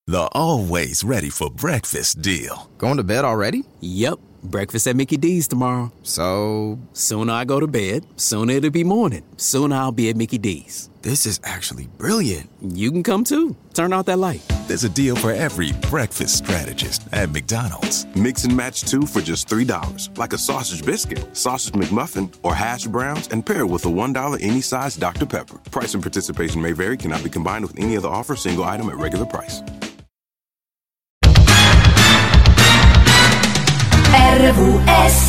The always ready for breakfast deal. Going to bed already? Yep. Breakfast at Mickey D's tomorrow. So? Sooner I go to bed, sooner it'll be morning. Sooner I'll be at Mickey D's. This is actually brilliant. You can come too. Turn out that light. There's a deal for every breakfast strategist at McDonald's. Mix and match 2 for just $3. Like a sausage biscuit, sausage McMuffin, or hash browns, and pair it with a $1 any size Dr. Pepper. Price and participation may vary, cannot be combined with any other offer, single item at regular price. RVS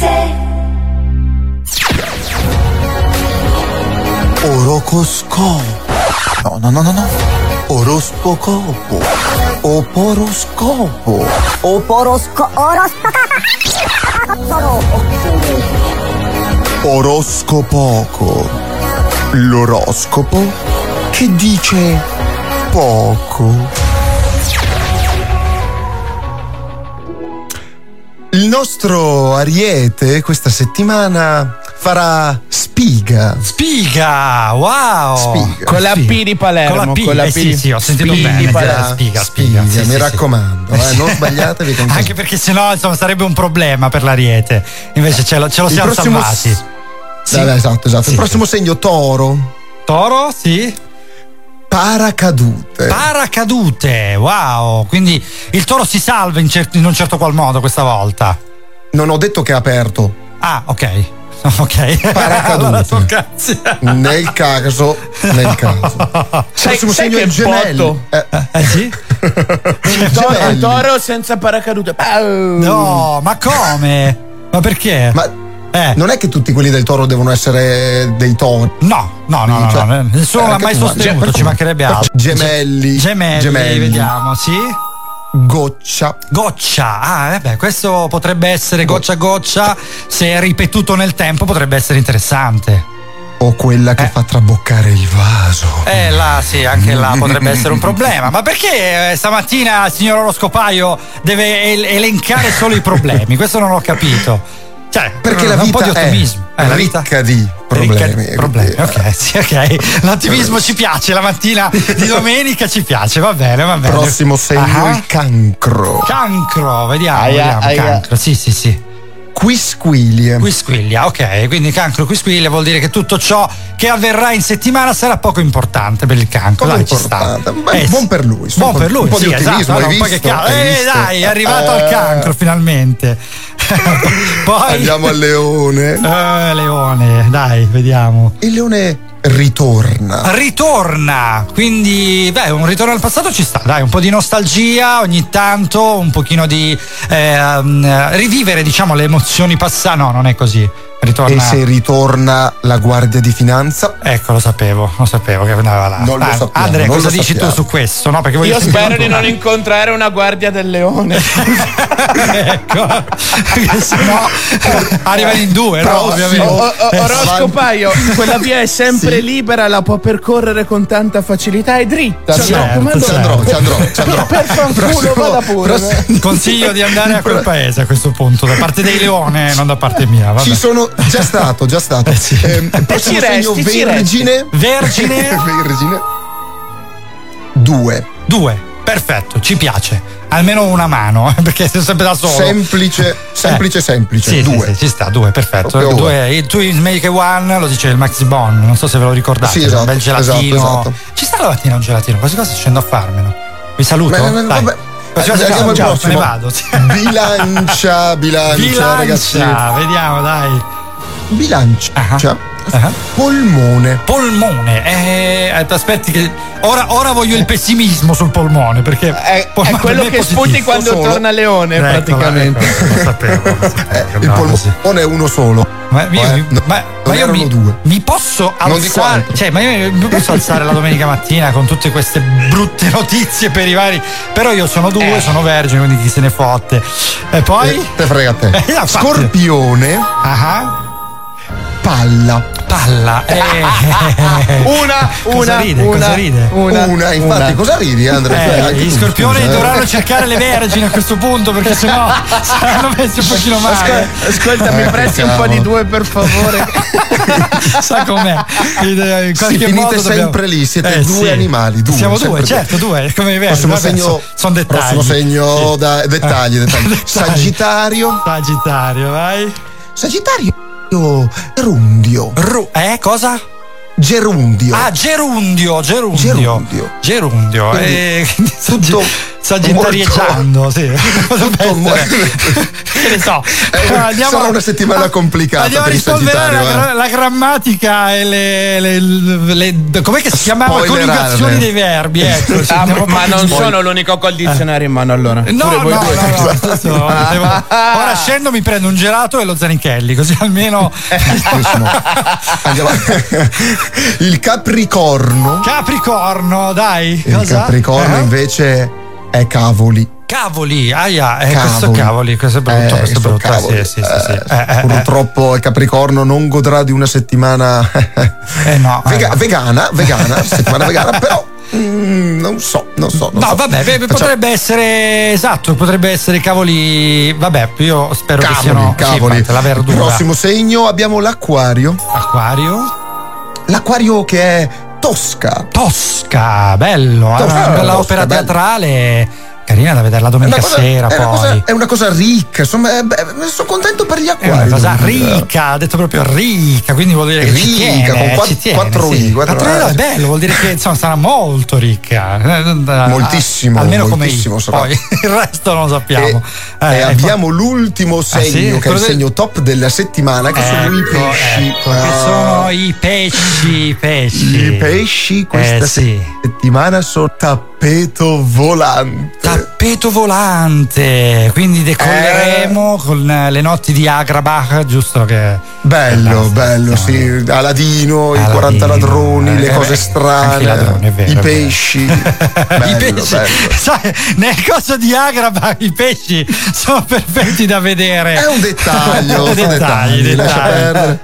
Orocoscopo. No. Oroscopo. Oporoscopo. Oroscopoco. L'oroscopo che dice poco. Il nostro Ariete questa settimana farà spiga. Spiga, wow! Spiga. Con la P di Palermo. Con la P, sì, ho sentito bene. Spiga. Sì, mi raccomando, non sbagliatevi. Anche perché sennò insomma sarebbe un problema per l'Ariete. Invece ce lo siamo salvati. Sì. Esatto. Sì, il prossimo segno Toro. Toro, sì. Paracadute, wow! Quindi il Toro si salva in un certo qual modo questa volta. Non ho detto che è aperto. Ah, ok. Paracadute. Nel caso. Il prossimo segno è il Gemelli. Sì? Il Toro senza paracadute. No, ma come? Ma perché? Non è che tutti quelli del Toro devono essere dei tori. No, nessuno l'ha mai sostenuto, ci mancherebbe altro. Gemelli, vediamo, sì. Goccia, questo potrebbe essere goccia, se è ripetuto nel tempo potrebbe essere interessante. O quella che fa traboccare il vaso. Là sì, anche là potrebbe essere un problema. Ma perché stamattina il signor oroscopaio deve elencare solo i problemi? Questo non ho capito. Cioè, perché la vita un po' di ottimismo. è ricca di problemi. Ok. L'ottimismo ci piace, la mattina di domenica ci piace, va bene. Prossimo segno il cancro. Vediamo. Cancro, sì. Quisquilia, ok, quindi cancro, quisquilia vuol dire che tutto ciò che avverrà in settimana sarà poco importante per il cancro. Dai, ci sta. Buon per lui. Un po' di ottimismo, esatto, dai, è arrivato al cancro finalmente. Poi andiamo al leone. Leone, dai, vediamo. Il leone ritorna, quindi un ritorno al passato ci sta, dai, un po' di nostalgia ogni tanto, un pochino di rivivere, diciamo, le emozioni passate. No, non è così. Ritorna. E se ritorna la Guardia di Finanza? Ecco, lo sapevo che andava là. Non lo sappiamo. Andrea, cosa dici tu su questo? No, perché io spero di non incontrare una guardia del leone. Ecco, perché sennò arrivano in due, no? Ovviamente. Oroscopaio, quella via è sempre libera, la può percorrere con tanta facilità, è dritta. Ci andrò. Per fanculo, vada pure. Consiglio di andare a quel paese a questo punto, da parte dei leone, non da parte mia. Vabbè. Ci sono già stato. Prossimo segno Vergine. 2. Perfetto, ci piace. Almeno una mano, perché sei sempre da solo. Semplice. Sì, 2. Ci sta, 2, perfetto. 2. Tu in Make One lo dice il Maxi Bon, non so se ve lo ricordate. Sì, esatto, un bel gelatino. Esatto. Ci sta la mattina un gelatino, quasi scendo a farmelo. Vi saluto. Vabbè. Andiamo al prossimo. Me ne vado. Bilancia, ragazzi. Vediamo, dai. Bilancia. Polmone. Aspetti che ora voglio il pessimismo sul polmone, perché è quello che sputi quando torna Leone, praticamente. Lo sapevo. Il polmone è uno solo. Ma io mi posso alzare, mi posso alzare la domenica mattina con tutte queste brutte notizie per i vari. Però io sono 2, sono vergine, quindi chi se ne fotte. E poi te frega a te. Scorpione. Ah. Palla. palla. Cosa Infatti, cosa ridi, Andrea? Gli scorpioni dovranno cercare le vergini a questo punto, perché sennò saranno messi un pochino male. Ascolta, mi presti un po' di 2 per favore. Sa com'è? In qualche modo finite sempre lì, siete 2 animali. Siamo 2, certo, 2, come i verbi. Sono dettagli. Prossimo segno, dettagli. Sagittario, vai. Sagittario, Gerundio. Cosa? Gerundio. Gerundio. Tutto sagittarieggiando, sì. Che ne so. Sarà una settimana complicata per il Sagittario. La grammatica e com'è che si chiamava? Coniugazioni dei verbi, ecco. Ma non sono l'unico col dizionario in mano, allora. No. Ora scendo, mi prendo un gelato e lo Zanichelli, così almeno. Andiamo. Il Capricorno, dai. Il Capricorno invece è cavoli. Questo è brutto, Cavoli. Sì. Purtroppo il Capricorno non godrà di una settimana vegana, settimana vegana, però non so. Vabbè, potrebbe essere cavoli. Vabbè, io spero che siano cavoli. La verdura. Prossimo segno abbiamo l'Acquario, che è Tosca, bello, una bella opera teatrale. Carina da vedere la domenica sera. È una cosa ricca, insomma, sono contento per gli acquari. È una cosa ricca, ha detto proprio ricca, quindi vuol dire che ci tiene, con 4 i. È bello, vuol dire che insomma sarà molto ricca. Moltissimo. Almeno moltissimo come io. Poi il resto non lo sappiamo. E abbiamo l'ultimo segno, che è il segno top della settimana, che sono i pesci. Che sono i pesci. I pesci questa settimana sono tappeto volante, quindi decolleremo con le notti di Agrabah, giusto? Che bello, sì, Aladino, i 40 ladroni, le cose strane, ladroni, vero, i pesci. Bello. Sai, nel coso di Agrabah i pesci sono perfetti da vedere. È un dettaglio. dettagli. Lascia perdere.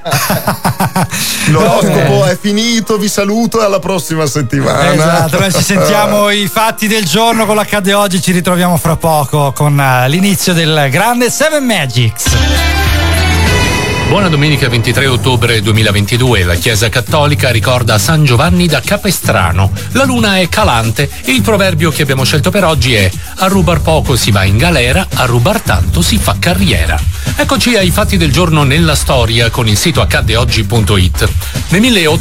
L'oroscopo è finito, vi saluto e alla prossima settimana. Esatto, noi ci sentiamo i fatti del giorno con l'Accade Oggi, ci ritroviamo fra poco con l'inizio del grande Seven Magics. Buona domenica 23 ottobre 2022. La Chiesa Cattolica ricorda San Giovanni da Capestrano. La luna è calante e il proverbio che abbiamo scelto per oggi è: a rubar poco si va in galera, a rubar tanto si fa carriera. Eccoci ai fatti del giorno nella storia con il sito accadeoggi.it. Nel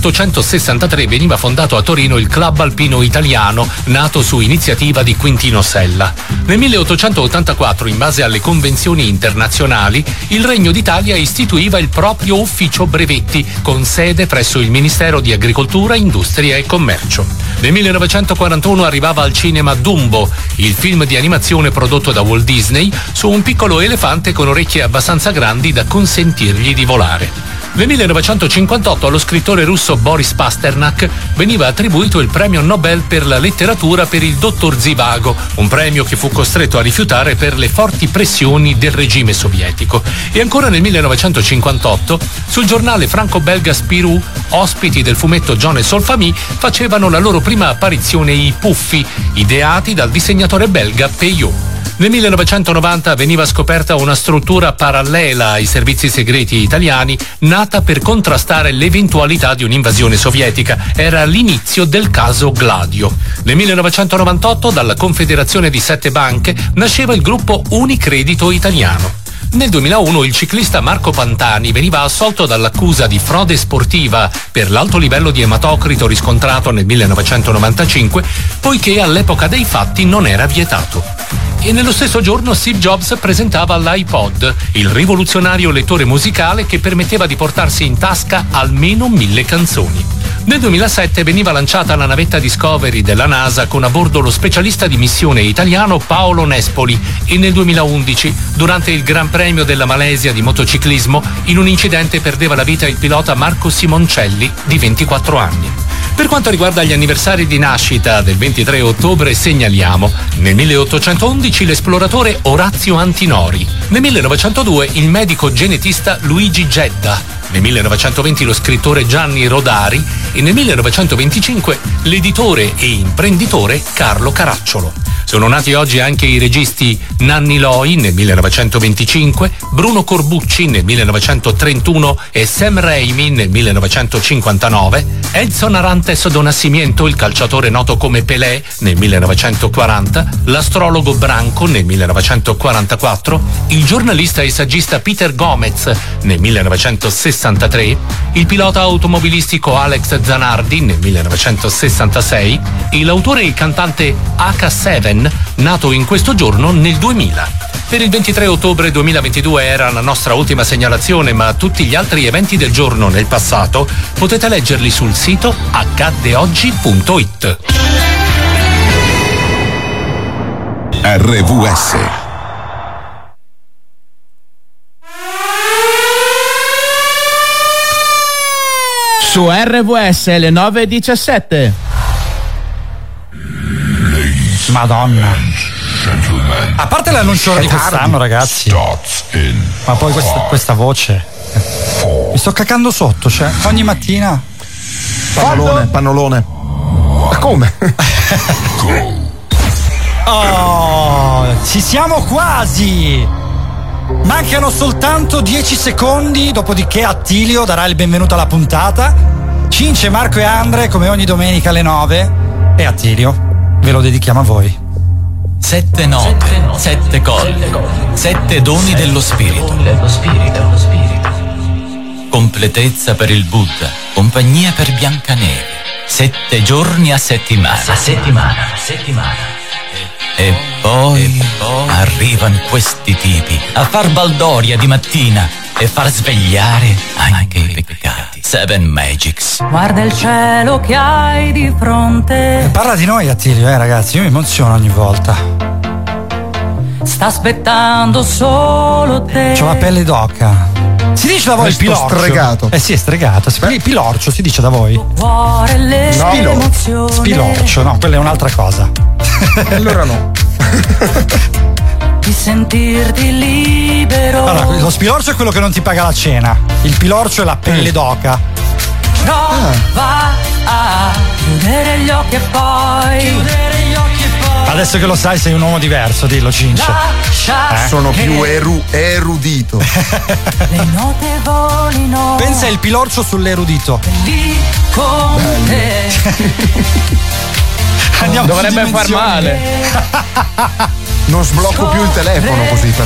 1863 veniva fondato a Torino il Club Alpino Italiano, nato su iniziativa di Quintino Sella. Nel 1884, in base alle convenzioni internazionali, il Regno d'Italia istituiva il proprio ufficio brevetti, con sede presso il Ministero di Agricoltura, Industria e Commercio. Nel 1941 arrivava al cinema Dumbo, il film di animazione prodotto da Walt Disney su un piccolo elefante con orecchie abbastanza grandi da consentirgli di volare. Nel 1958 allo scrittore russo Boris Pasternak veniva attribuito il premio Nobel per la letteratura per il Dottor Zhivago, un premio che fu costretto a rifiutare per le forti pressioni del regime sovietico. E ancora nel 1958 sul giornale franco-belga Spirou, ospiti del fumetto John e Solfami facevano la loro prima apparizione i Puffi, ideati dal disegnatore belga Peyo. Nel 1990 veniva scoperta una struttura parallela ai servizi segreti italiani, nata per contrastare l'eventualità di un'invasione sovietica. Era l'inizio del caso Gladio. Nel 1998 dalla Confederazione di 7 banche nasceva il gruppo Unicredito Italiano. Nel 2001 il ciclista Marco Pantani veniva assolto dall'accusa di frode sportiva per l'alto livello di ematocrito riscontrato nel 1995, poiché all'epoca dei fatti non era vietato. E nello stesso giorno Steve Jobs presentava l'iPod, il rivoluzionario lettore musicale che permetteva di portarsi in tasca almeno 1000 canzoni. Nel 2007 veniva lanciata la navetta Discovery della NASA con a bordo lo specialista di missione italiano Paolo Nespoli e nel 2011, durante il Gran Premio della Malesia di motociclismo, in un incidente perdeva la vita il pilota Marco Simoncelli di 24 anni. Per quanto riguarda gli anniversari di nascita del 23 ottobre segnaliamo nel 1811 l'esploratore Orazio Antinori, nel 1902 il medico genetista Luigi Gedda, nel 1920 lo scrittore Gianni Rodari e nel 1925 l'editore e imprenditore Carlo Caracciolo. Sono nati oggi anche i registi Nanni Loi nel 1925, Bruno Corbucci nel 1931 e Sam Raimi nel 1959, Edson Arantes do Nascimento, il calciatore noto come Pelé nel 1940, l'astrologo Branco nel 1944, il giornalista e saggista Peter Gomez nel 1963, il pilota automobilistico Alex Zanardi nel 1966 e l'autore e il cantante H7 nato in questo giorno nel 2000. Per il 23 ottobre 2022 era la nostra ultima segnalazione, ma tutti gli altri eventi del giorno nel passato potete leggerli sul sito accaddeoggi.it. RVS. Su RVS le 9:17. Madonna. A parte l'annuncio di quest'anno, ragazzi. Ma poi questa voce. Mi sto cacando sotto, cioè, ogni mattina. Pannolone. Ma come? Oh, ci siamo quasi. Mancano soltanto 10 secondi, dopodiché Attilio darà il benvenuto alla puntata. Cince, Marco e Andre, come ogni domenica alle 9. E Attilio, ve lo dedichiamo a voi. 7 note, 7 colli, 7 doni dello spirito. Completezza per il Buddha, compagnia per Biancaneve. 7 giorni a settimana. E poi arrivano questi tipi a far baldoria di mattina e far svegliare anche i peccati. 7 Magics. Guarda il cielo che hai di fronte. Parla di noi, Attilio, ragazzi, io mi emoziono ogni volta. Sta aspettando solo te. C'ho la pelle d'oca. Si dice da voi il pilorcio? Stregato. Sì, è stregato. Pilorcio si dice da voi? Cuore le Spilorcio, no, quella è un'altra cosa. Allora no. Di sentirti libero. Allora, lo spilorcio è quello che non ti paga la cena. Il pilorcio è la pelle d'oca. Prova a chiudere gli occhi e poi. Adesso che lo sai sei un uomo diverso, dillo, Cince. Sono più erudito. Le note volino. Pensa il pilorcio sull'erudito. Lì con te. Andiamo. Dovrebbe far male. Non sblocco più il telefono così, però.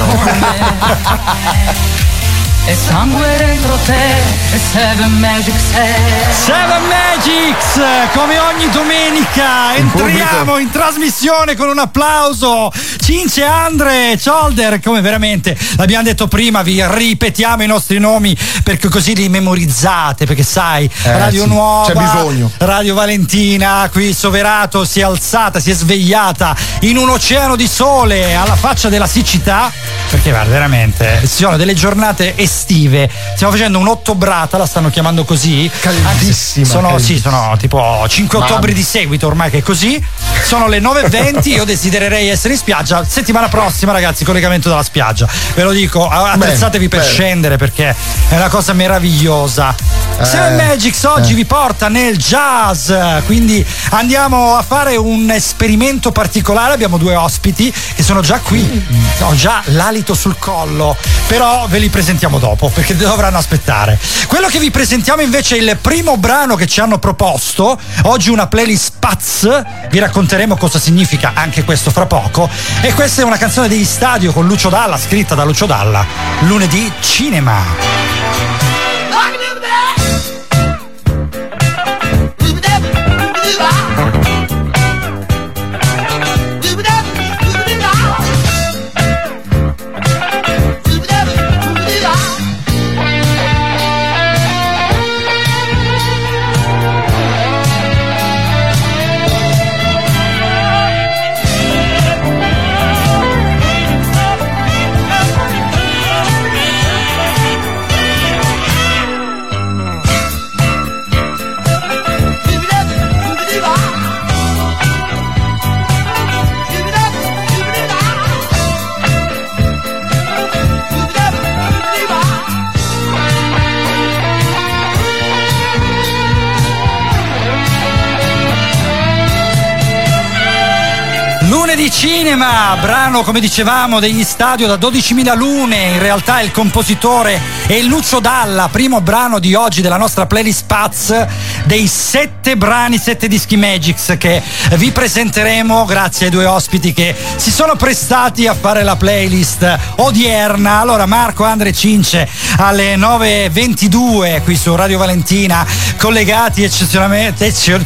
E sangue dentro te, e 7 Magics. 7 Magics, come ogni domenica entriamo in trasmissione con un applauso. Cince, Andre, Cholder, come veramente l'abbiamo detto prima, vi ripetiamo i nostri nomi perché così li memorizzate, perché sai, Radio sì, Nuova, c'è bisogno. Radio Valentina, qui Soverato si è alzata, si è svegliata in un oceano di sole alla faccia della siccità, perché guarda, veramente ci sono delle giornate estive, stiamo facendo un'ottobrata, la stanno chiamando così, caldissima. Sono tipo 5 ottobri di seguito ormai che è così, sono le 9:20, io desidererei essere in spiaggia. Settimana prossima, ragazzi, collegamento dalla spiaggia, ve lo dico, attrezzatevi per scendere perché è una cosa meravigliosa. 7 Magics oggi vi porta nel jazz, quindi andiamo a fare un esperimento particolare. Abbiamo 2 ospiti che sono già qui, ho già l'alito sul collo, però ve li presentiamo dopo perché dovranno aspettare. Quello che vi presentiamo invece è il primo brano che ci hanno proposto oggi, una playlist Paz, vi racconteremo cosa significa anche questo fra poco. E questa è una canzone degli Stadio con Lucio Dalla, scritta da Lucio Dalla, Lunedì Cinema. Lunedì Cinema, brano come dicevamo degli Stadio da 12.000 lune, in realtà il compositore è Lucio Dalla, primo brano di oggi della nostra playlist Paz dei 7 brani, 7 dischi Magix che vi presenteremo grazie ai due ospiti che si sono prestati a fare la playlist odierna. Allora Marco, Andre, Cince alle 9.22 qui su Radio Valentina, collegati eccezionalmente. Ce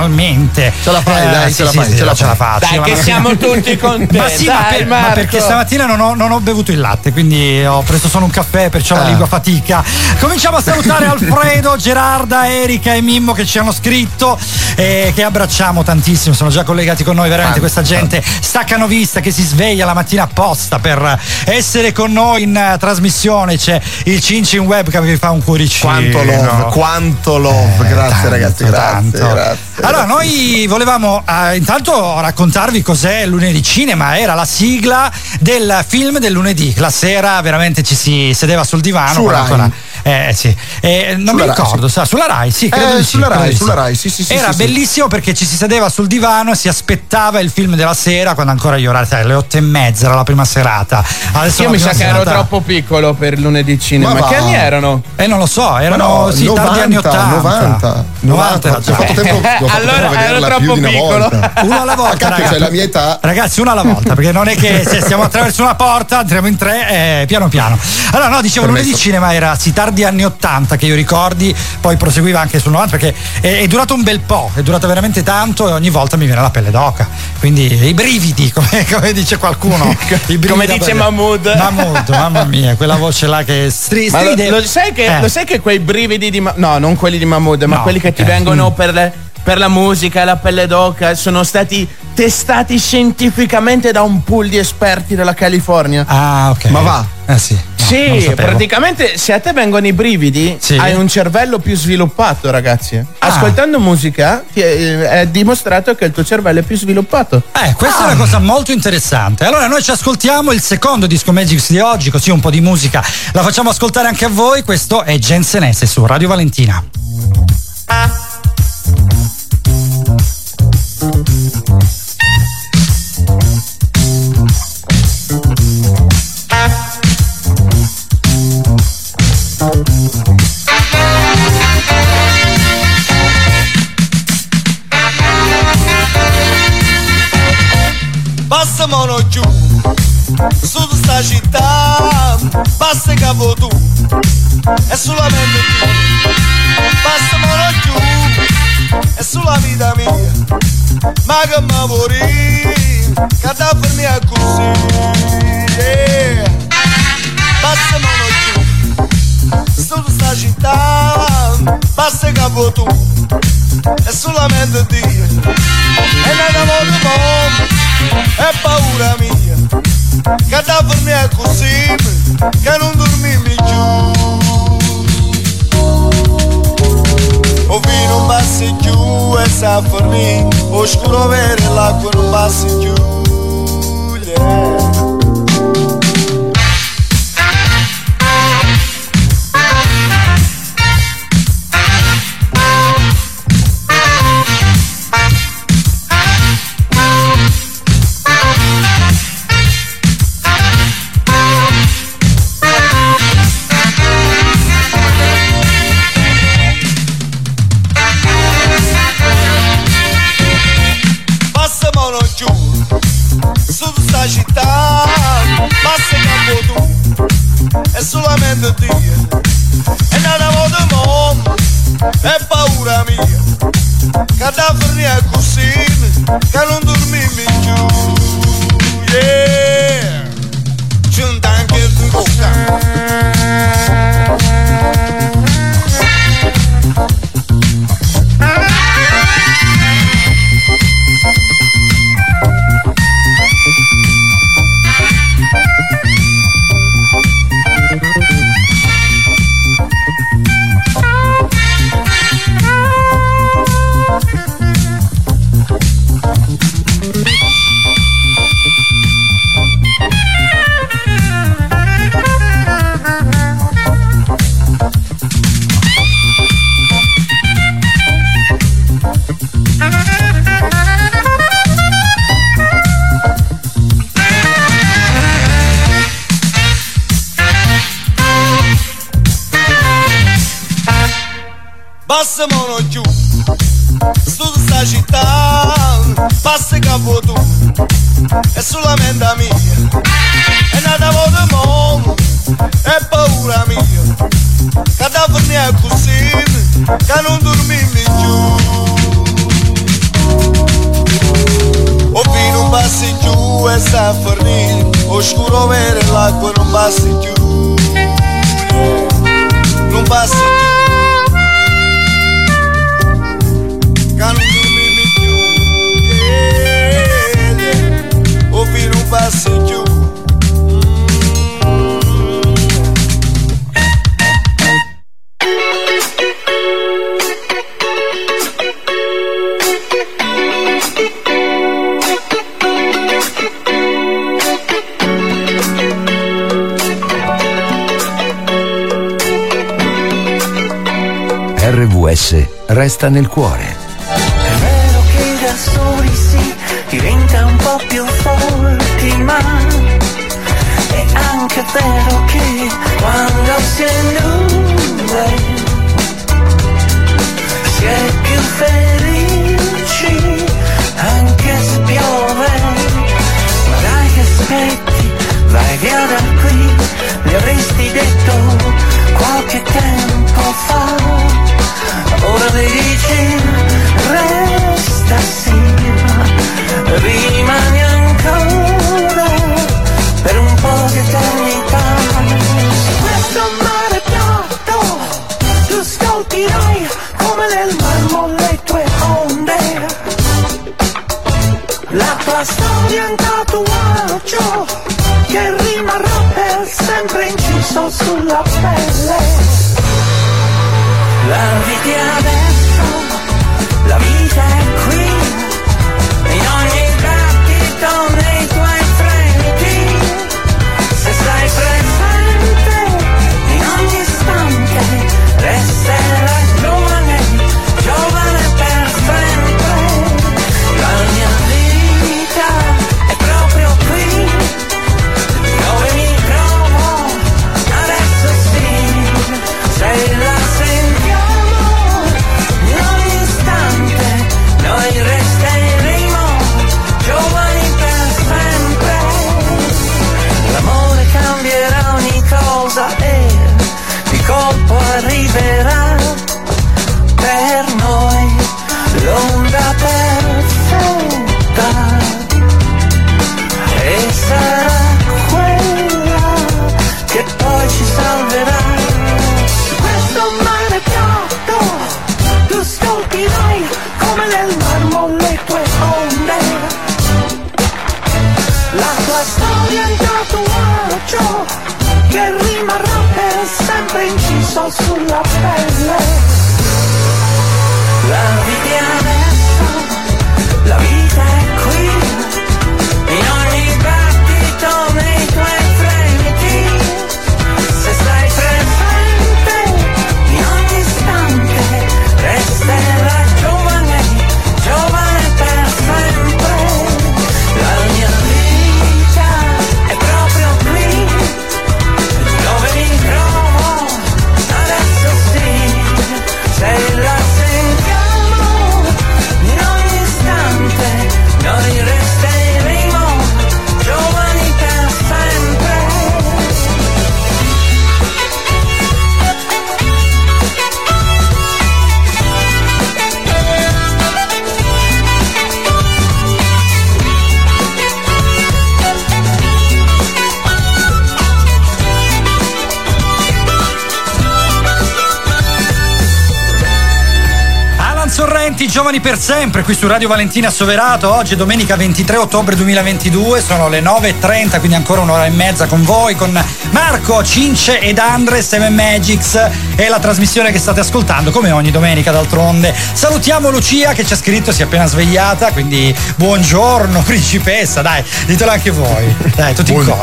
la fai, dai, ce la faccio. Dai, che siamo tutti con te. Ma sì, dai, ma perché stamattina non ho bevuto il latte, quindi ho preso solo un caffè, perciò la lingua fatica. Cominciamo a salutare Alfredo, Gerarda, Erika e Mimmo che ci hanno scritto e che abbracciamo tantissimo, sono già collegati con noi, veramente questa gente staccanovista che si sveglia la mattina apposta per essere con noi in trasmissione. C'è il Cinci in webcam che vi fa un cuoricino. Quanto love, grazie tanto, ragazzi, grazie. Allora noi volevamo intanto raccontarvi cos'è Lunedì Cinema. Era la sigla del film del lunedì, la sera veramente ci si sedeva sul divano su Rai. Sì. Non mi ricordo, sulla Rai, sì, credo sulla Rai, sì. Era bellissimo perché ci si sedeva sul divano e si aspettava il film della sera, quando ancora gli orari, alle 8:30 era la prima serata. Adesso mi sa che ero troppo piccolo per Lunedì Cinema. Ma che anni erano? Non lo so, erano 90, tardi anni 80. 90. Ho fatto tempo. Allora ero troppo piccolo. Uno alla volta, ragazzi, la mia età. Ragazzi, uno alla volta, perché non è che se stiamo attraverso una porta entriamo in tre, piano piano. Allora no, dicevo, Lunedì Cinema era tardi anni 80 che io ricordi, poi proseguiva anche sul 90 perché è durato un bel po', è durato veramente tanto e ogni volta mi viene la pelle d'oca, quindi i brividi come dice qualcuno, come dice Mahmood, mamma mia, quella voce là che stride. Lo sai che quei brividi no, non quelli di Mahmood, ma quelli che ti vengono per la musica e la pelle d'oca sono stati testati scientificamente da un pool di esperti della California. Ah, ok. Ma va? Sì. Sì, praticamente se a te vengono i brividi, hai un cervello più sviluppato, ragazzi. Ascoltando musica è dimostrato che il tuo cervello è più sviluppato. Questa è una cosa molto interessante. Allora noi ci ascoltiamo il secondo disco Magix di oggi, così un po' di musica la facciamo ascoltare anche a voi. Questo è Gensenese su Radio Valentina. Basta mono giù, su sta città, basta capo tu, è solamente tu. Basta mono giù, è sulla vita mia, ma che mi vorrei, che da fermi a così. Basta mono giù, su sta città, basta capo tu, è solamente Dio. E nella modo mondo è paura mia, che da fermi a così, che non dormirmi giù. O vino non passi giù e sa fermi, oscuro vero l'acqua non passi giù, yeah. Città, basta capo tu, è solamente Dio, e nella moda mondo, è paura mia, che da fermi a così, che non dormirmi giù, yeah, c'è un tanque di passiamo giù su sta città, passa capo tu è solamente mia, è nata volta mo, è paura mia, che da venire così, che non dormirmi giù. O vino passi giù e sta a fornire, oscuro vero l'acqua non passi giù, non passi giù. Non dormirmi più, o fino un passo giù. RVS resta nel cuore. Soli sì, diventa un po' più forti, ma è anche vero che quando si è due si è più felici, anche se piove. Ma dai che aspetti, vai via da qui, mi avresti detto qualche tempo fa. Ora mi dici resta sì, rimani ancora per un po' di eternità. Su questo mare piatto tu scolpirai come nel marmo le tue onde, la tua storia è un tatuaggio che rimarrà per sempre inciso sulla pelle. La vedi adesso, la vita è qui, in ogni battito nei tuoi fremiti, se stai presente, in ogni istante, resterà giovane, giovane per sempre. La mia vita è proprio qui, dove mi trovo, adesso sì, sei la colpo arriverà per noi l'onda perfetta e sarà quella che poi ci salverà. Su questo mare piatto tu scolpirai come nel marmo le tue onde, la tua storia è un tatuaggio che rimarrà per sempre inciso sulla pelle. La vedi adesso, la vita è qui, in ogni battito nei tuoi fremiti, se stai presente, in ogni istante, resterà giovane, giovane per sempre. La mia vita è proprio qui, dove mi trovo, adesso sì, sei la sentiamo, in ogni istante, noi resteremo giovani per sempre. Sorrenti, giovani per sempre, qui su Radio Valentina Soverato. Oggi è domenica 23 ottobre 2022, sono le 9:30, quindi ancora un'ora e mezza con voi, con Marco, Cince ed Andre, Seven Magics, e la trasmissione che state ascoltando come ogni domenica d'altronde. Salutiamo Lucia che ci ha scritto, si è appena svegliata, quindi buongiorno principessa, dai, ditelo anche voi, dai, tutti in coro.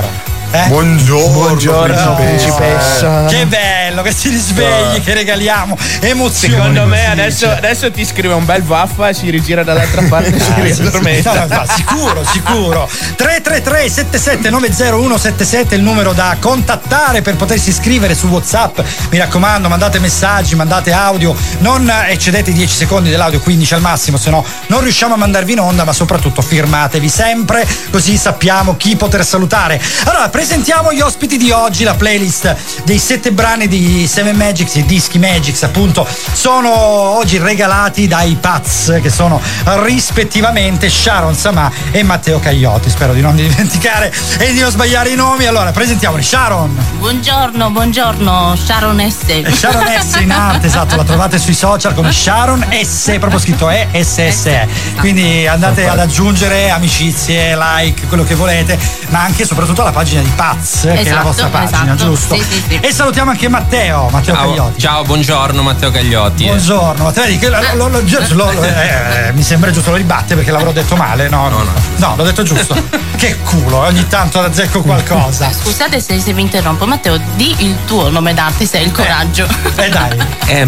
Buongiorno, principessa. Che bello che si risvegli, che regaliamo emozioni. Secondo me adesso ti scrive un bel vaffa e si rigira dall'altra parte e si riaddormenta. No, sicuro. 333 7790177 il numero da contattare per potersi iscrivere su WhatsApp. Mi raccomando, mandate messaggi, mandate audio, non eccedete i 10 secondi dell'audio, 15 al massimo, se no non riusciamo a mandarvi in onda, ma soprattutto firmatevi sempre, così sappiamo chi poter salutare. Allora, presentiamo gli ospiti di oggi. La playlist dei 7 brani di Seven Magics, i dischi Magics appunto, sono oggi regalati dai Paz, che sono rispettivamente Sharon Samà e Matteo Cagliotti. Spero di non dimenticare e di non sbagliare i nomi. Allora, presentiamoli. Sharon. Buongiorno, Sharon S. Sharon S in arte, esatto, la trovate sui social come Sharon S, proprio scritto SSE. Quindi andate ad aggiungere amicizie, like, quello che volete, ma anche e soprattutto la pagina di Paz, che è la vostra pagina, giusto? Sì. E salutiamo anche Matteo Cagliotti. Ciao, buongiorno Matteo Cagliotti. Buongiorno, Matteo, vedi che mi sembra giusto, lo ribatte perché l'avrò detto male. No, l'ho detto giusto. Che culo, ogni tanto azzecco qualcosa. Scusate se vi interrompo, Matteo, di il tuo nome d'arte se hai il coraggio. Dai.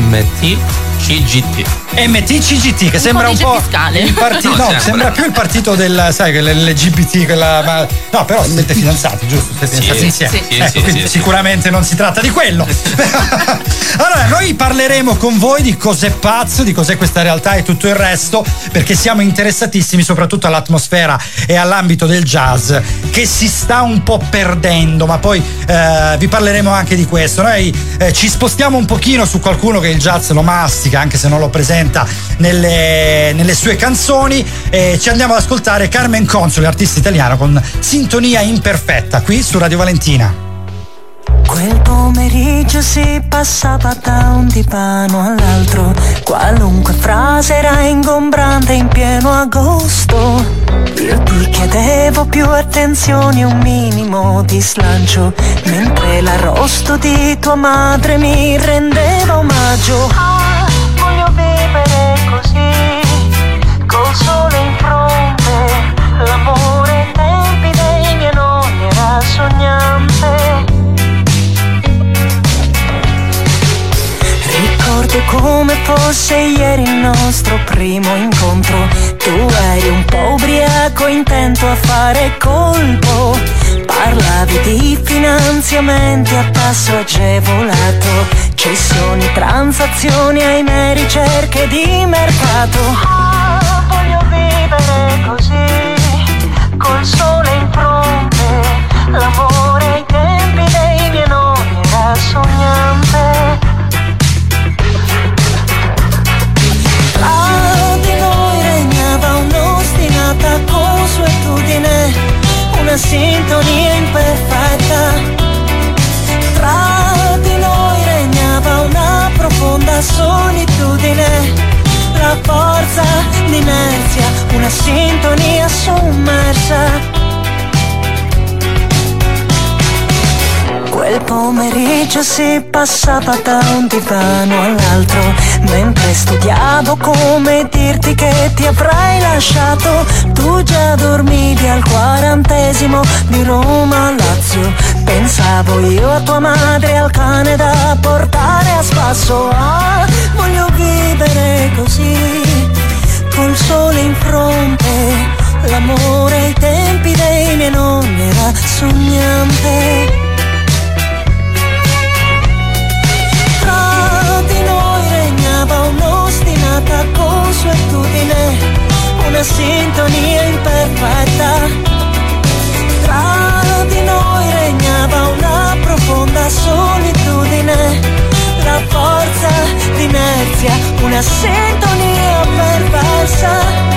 MTCGT, che sembra un po' fiscale. Il partito, sembra più il partito del, sai, l'LGBT, quella, no, però siete fidanzati, giusto? Siete fidanzati insieme. Quindi sicuramente non si tratta di quello. Allora, noi parleremo con voi di cos'è Paz, di cos'è questa realtà e tutto il resto, perché siamo interessatissimi soprattutto all'atmosfera e all'ambito del jazz, che si sta un po' perdendo, ma poi vi parleremo anche di questo. Noi ci spostiamo un pochino su qualcuno che il jazz lo mastica, anche se non lo presenta nelle sue canzoni, e ci andiamo ad ascoltare Carmen Consoli, artista italiano, con Sintonia Imperfetta, qui su Radio Valentina. Quel pomeriggio si passava da un divano all'altro, qualunque frase era ingombrante in pieno agosto. Io ti chiedevo più attenzione, un minimo di slancio, mentre l'arrosto di tua madre mi rendeva omaggio. Voglio vivere così, col sole in fronte, l'amore ai tempi dei miei nonni era sognante. Ricordo come fosse ieri il nostro primo incontro. Tu eri un po' ubriaco, intento a fare colpo. Parlavi di finanziamenti a tasso agevolato, cessioni, transazioni, ahimè, ricerche di mercato. Voglio vivere così, col sole in fronte, l'amore ai tempi dei miei nonni era sognante. Tra di noi regnava un'ostinata consuetudine, una sintonia imperfetta. Tra di noi regnava una profonda solitudine, la forza d'inerzia, una sintonia sommersa. Quel pomeriggio si passava da un divano all'altro, mentre studiavo come dirti che ti avrei lasciato. Tu già dormivi al 40° di Roma-Lazio. Pensavo io a tua madre, al cane da portare a spasso. Voglio vivere così, col sole in fronte, l'amore ai tempi dei miei nonni era sognante. Un'ostinata consuetudine, una sintonia imperfetta. Tra di noi regnava una profonda solitudine, la forza d'inerzia, una sintonia perversa.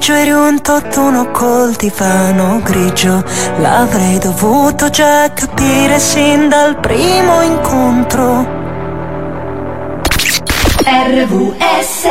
grigio eri un tutt'uno col divano grigio. L'avrei dovuto già capire sin dal primo incontro. RVS.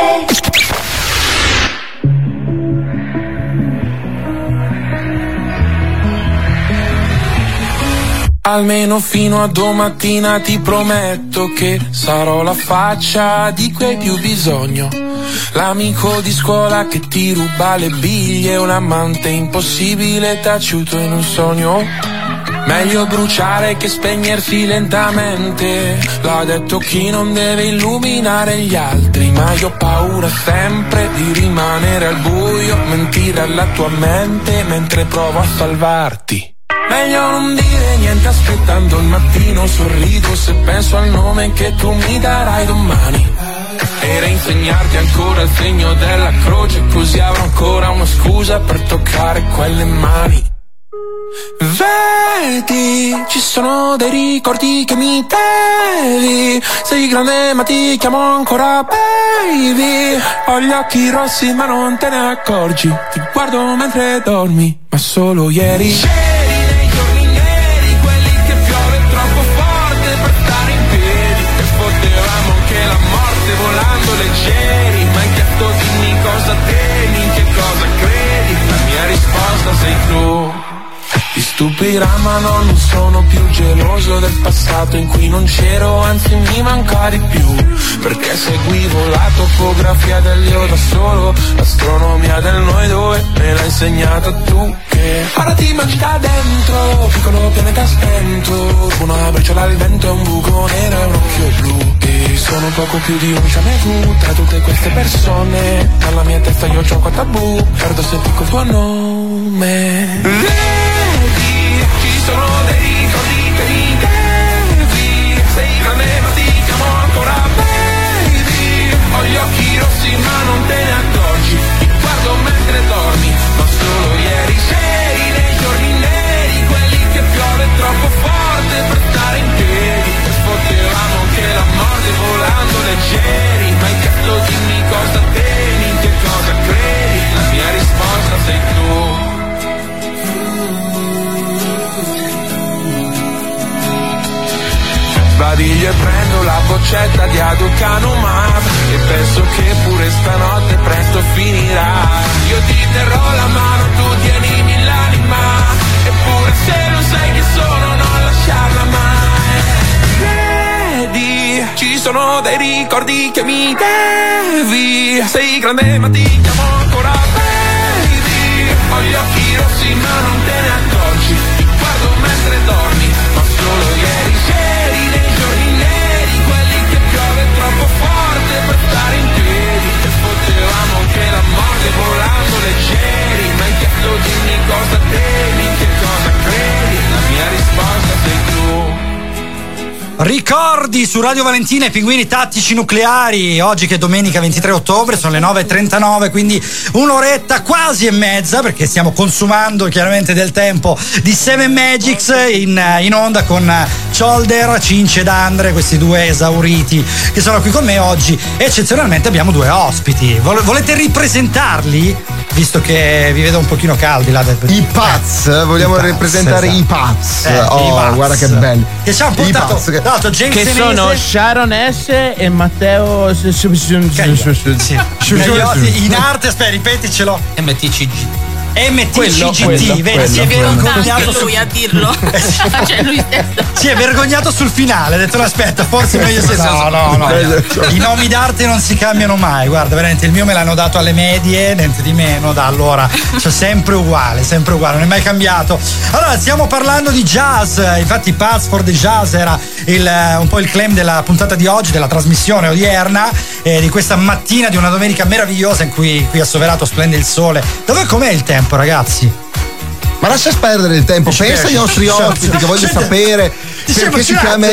Almeno fino a domattina ti prometto che sarò la faccia di cui hai più bisogno. L'amico di scuola che ti ruba le biglie, un amante impossibile taciuto in un sogno. Meglio bruciare che spegnersi lentamente, l'ha detto chi non deve illuminare gli altri. Ma io ho paura sempre di rimanere al buio, mentire alla tua mente mentre provo a salvarti. Meglio non dire niente aspettando il mattino, sorrido se penso al nome che tu mi darai domani. E reinsegnarti ancora il segno della croce, così avrò ancora una scusa per toccare quelle mani. Vedi, ci sono dei ricordi che mi devi. Sei grande ma ti chiamo ancora baby. Ho gli occhi rossi ma non te ne accorgi. Ti guardo mentre dormi, ma solo ieri. C'eri nei giorni neri, quelli che piove troppo forte per stare in piedi. E potevamo anche la morte volando leggeri. Ma hai chiesto dimmi cosa temi, in che cosa credi. La mia risposta sei tu. Ti stupirà ma no, non sono più geloso del passato in cui non c'ero, anzi mi manca di più. Perché seguivo la topografia dell'io da solo, l'astronomia del noi due me l'hai insegnata tu. Che ora ti mangi da dentro, piccolo pianeta spento, una briciola al vento e un buco nero e un occhio blu. E sono poco più di un jamais tra tutte queste persone. Nella mia testa io c'ho qua tabù, perdo se dico il tuo nome. Ci sono dei ricordi che mi devi. Sei grande ma ti chiamo ancora baby. Ho gli occhi rossi ma non te ne accorgi. Ti guardo mentre dormi, ma solo ieri. C'eri nei giorni neri, quelli che piove troppo forte per stare in piedi. E potevamo anche la morte volando leggeri. Ma hai chiesto dimmi cosa temi, in che cosa credi. La mia risposta sei tu. Sbadiglio e prendo la boccetta di aducanumab e penso che pure stanotte presto finirà. Io ti terrò la mano, tu tienimi l'anima, eppure se non sai chi sono non lasciarla mai. Vedi, ci sono dei ricordi che mi devi. Sei grande ma ti chiamo ancora baby. Ho gli occhi rossi ma non te ne accorgi. Ti guardo mentre dormi, ma solo ieri. C'eri nei giorni neri, quelli che piove troppo forte per stare in piedi. E potevamo anche la morte volando leggeri. Ma hai chiesto dimmi cosa temi, in che cosa credi. La mia risposta sei tu. Ricordi su Radio Valentina, i pinguini tattici nucleari. Oggi che è domenica 23 ottobre, sono le 9:39, quindi un'oretta quasi e mezza, perché stiamo consumando chiaramente del tempo di Seven Magics in onda con Cholder, Cince ed Andre, questi due esauriti che sono qui con me oggi. Eccezionalmente abbiamo due ospiti. Volete ripresentarli? Visto che vi vedo un pochino caldi là del... I Paz, vogliamo ripresentare esatto. I Paz. I Paz. Guarda che belli. Che ci hanno portato James che sono Sharon S e Matteo in arte, aspetta, ripeticelo. MTCGT, vedi, si è vergognato lui a dirlo. Cioè lui stesso. Si è vergognato sul finale, ha detto aspetta, forse meglio se no. I nomi d'arte non si cambiano mai, guarda, veramente il mio me l'hanno dato alle medie, niente di meno, da allora, cioè sempre uguale, non è mai cambiato. Allora, stiamo parlando di jazz, infatti Paz for the Jazz era un po' il claim della puntata di oggi, della trasmissione odierna, di questa mattina di una domenica meravigliosa in cui qui a Soverato splende il sole. Com'è il tempo, ragazzi? Ma lascia perdere il tempo, pensa ai nostri ospiti che voglio sapere perché si chiama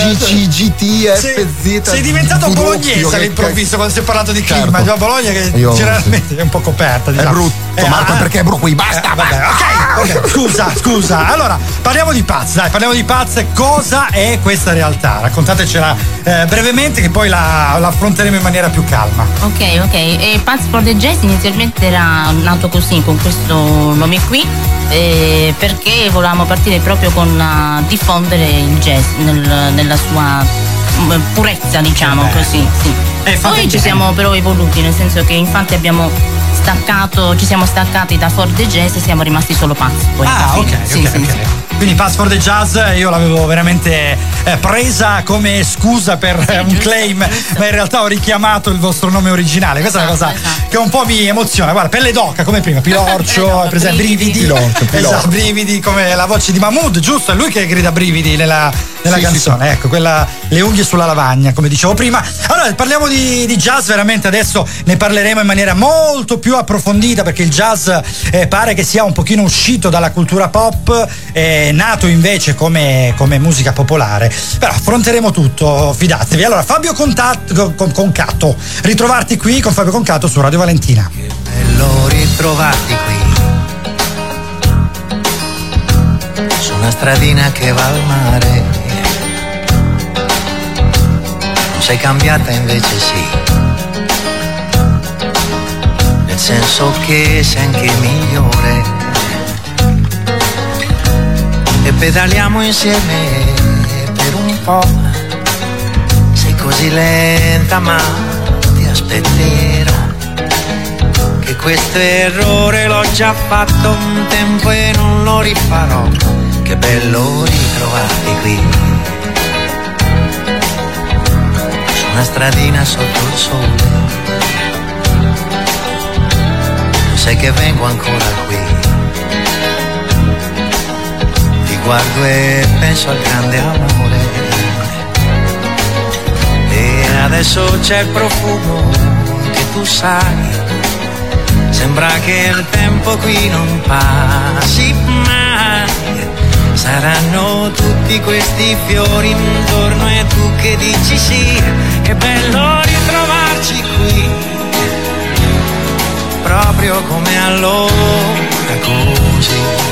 MGCGT. Sei diventato bolognese all'improvviso quando si è parlato di clima. Già Bologna che generalmente è un po' coperta, diciamo. È brutto, Marco, perché è brutto qui, basta. Vabbè, ok, scusa. Allora, parliamo di Paz, parliamo di Paz. Cosa è questa realtà? Raccontatecela brevemente, che poi la affronteremo in maniera più calma. Ok. E Paz for the Jazz inizialmente era nato così, con questo nome qui, perché volevamo partire proprio con diffondere il jazz nella sua purezza, diciamo così. Sì. Poi ci siamo però evoluti, nel senso che infatti ci siamo staccati da For the Jazz e siamo rimasti solo Paz. Ok. Quindi Paz for the Jazz io l'avevo veramente presa come scusa per un claim, ma in realtà ho richiamato il vostro nome originale. Questa è una cosa che un po' mi emoziona. Guarda, pelle d'oca come prima, Pilorcio, per esempio, brividi. Esatto, brividi come la voce di Mahmood, giusto? È lui che grida brividi nella canzone. Sì. Ecco, quella, le unghie sulla lavagna, come dicevo prima. Allora, parliamo di jazz, veramente adesso ne parleremo in maniera molto più approfondita, perché il jazz pare che sia un pochino uscito dalla cultura pop, nato invece come musica popolare. Però affronteremo tutto, fidatevi. Allora, Fabio Concato, ritrovarti qui con Fabio Concato su Radio Valentina. Che bello ritrovarti qui su una stradina che va al mare. Non sei cambiata, invece sì, nel senso che sei anche migliore. E pedaliamo insieme per un po'. Sei così lenta, ma ti aspetterò. Che questo errore l'ho già fatto un tempo e non lo rifarò. Che bello ritrovarti qui su una stradina sotto il sole. Sai che vengo ancora qui. Guardo e penso al grande amore. E adesso c'è il profumo che tu sai. Sembra che il tempo qui non passi mai. Saranno tutti questi fiori intorno e tu che dici sì. Che bello ritrovarci qui, proprio come allora, così.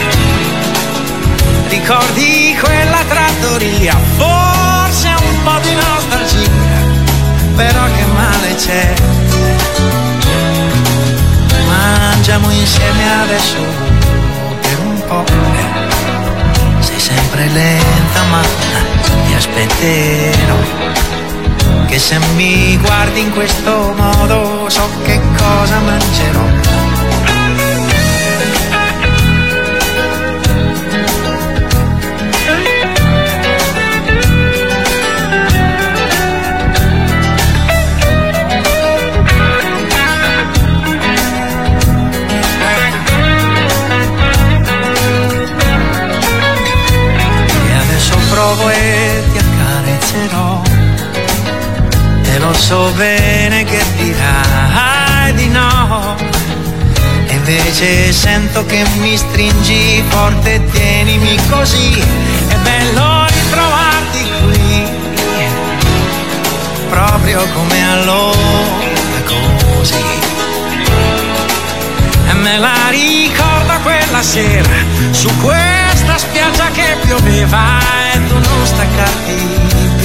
Ricordi quella trattoria, forse un po' di nostalgia, però che male c'è. Mangiamo insieme adesso per un po'. Sei sempre lenta, ma ti aspetterò. Che se mi guardi in questo modo so che cosa mangerò. E ti accarezzerò e lo so bene che dirai di no, e invece sento che mi stringi forte e tienimi così. È bello ritrovarti qui, proprio come allora, così. E me la ricordo quella sera su questa spiaggia che pioveva e tu non staccarti più.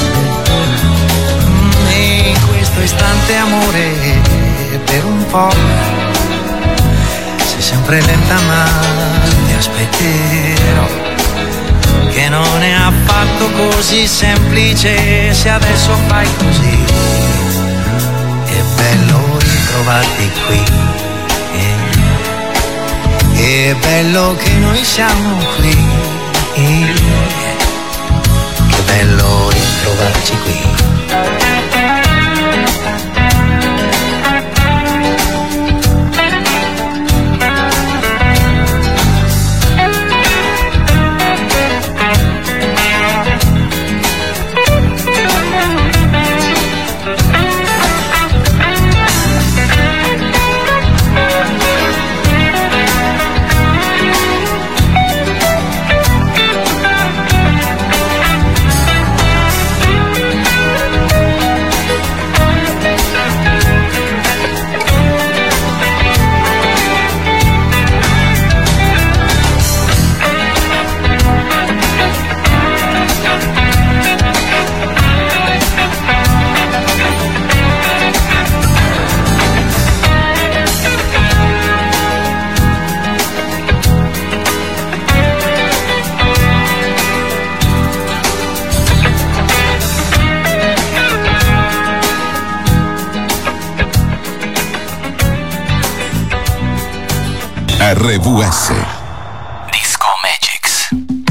E in questo istante, amore, per un po' sei sempre lenta, ma ti aspetterò. Che non è affatto così semplice se adesso fai così. È bello ritrovarti qui. È bello che noi siamo qui. Che bello ritrovarci qui. RVS. Disco Magics.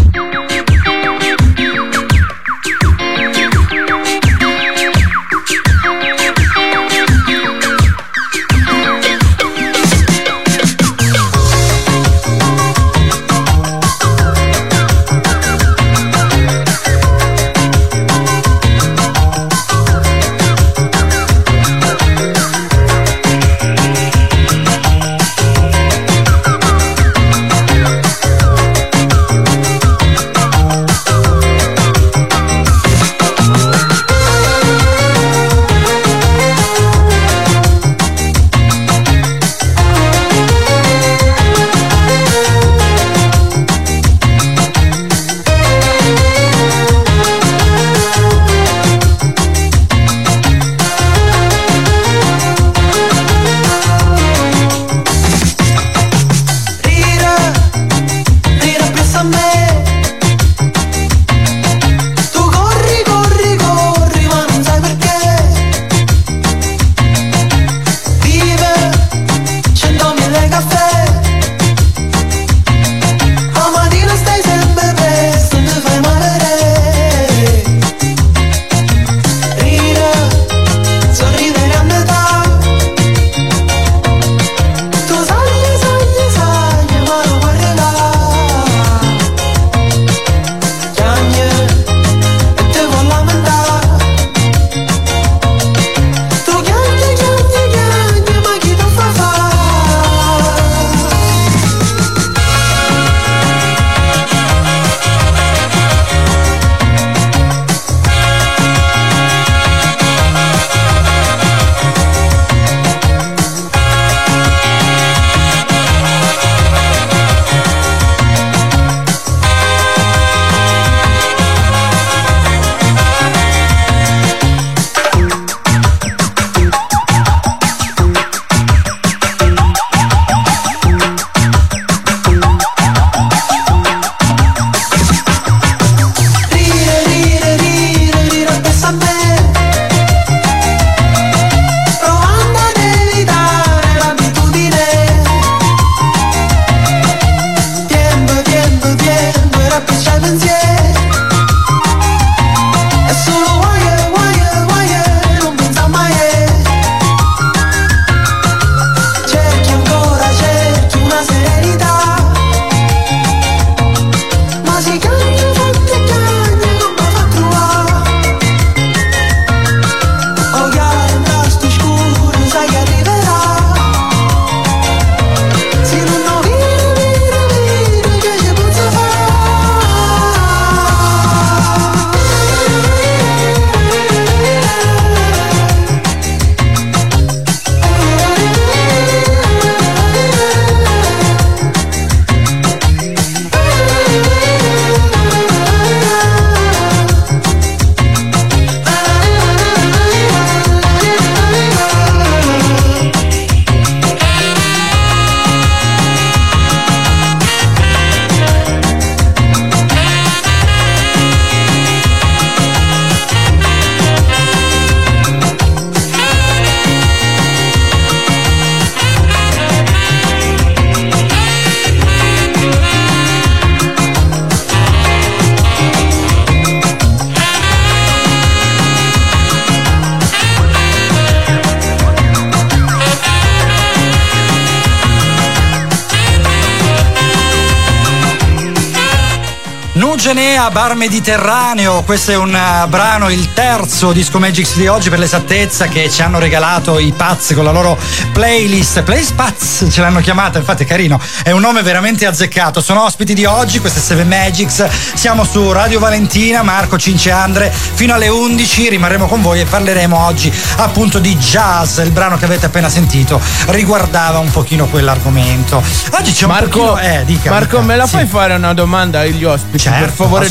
A Bar Mediterraneo, questo è un brano, il terzo Disco Magics di oggi per l'esattezza, che ci hanno regalato i Paz con la loro playlist Paz ce l'hanno chiamata, infatti è carino, è un nome veramente azzeccato. Sono ospiti di oggi, queste 7 Magics, siamo su Radio Valentina, Marco, Cince, Andre, fino alle 11 rimarremo con voi e parleremo oggi appunto di jazz. Il brano che avete appena sentito riguardava un pochino quell'argomento. Oggi c'è Marco, un pochino dica, Marco, me la fai fare una domanda agli ospiti? Certo, per favore,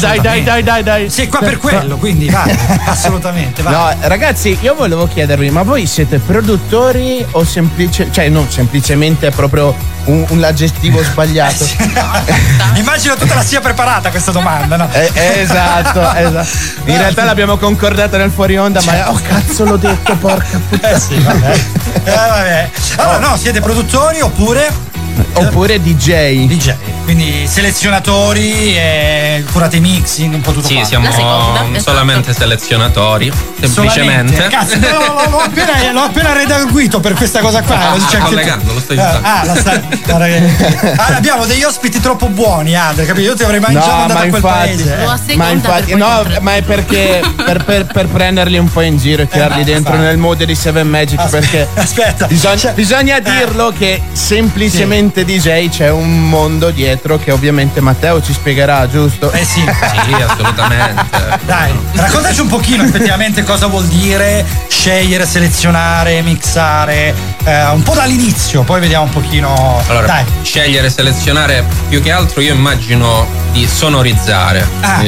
dai. Sei qua per quello, quindi vai, assolutamente. Vai. No, ragazzi, io volevo chiedervi, ma voi siete produttori o semplicemente proprio un aggettivo sbagliato? Sì. Immagino tu te la sia preparata questa domanda, no? Esatto. In realtà l'abbiamo concordata nel fuori onda, ma cazzo l'ho detto, porca puttana. Sì, vabbè. Allora, no, siete produttori oppure? Oppure DJ. Quindi selezionatori e curate i mixing, un po' tutto. Sì, siamo solamente selezionatori, semplicemente. Cazzo, l'ho appena redarguito per questa cosa qua. Lo sto abbiamo degli ospiti troppo buoni, Andre, capito? Io ti avrei mai mandato a quel paese. Ma è perché per prenderli un po' in giro e tirarli dentro nel mood di Seven Magic. Perché bisogna dirlo che semplicemente DJ c'è un mondo dietro che ovviamente Matteo ci spiegherà, giusto? Sì, assolutamente. Dai, raccontaci un pochino effettivamente cosa vuol dire scegliere, selezionare, mixare, un po' dall'inizio, poi vediamo un pochino. Allora, dai. Scegliere, selezionare, più che altro io immagino di sonorizzare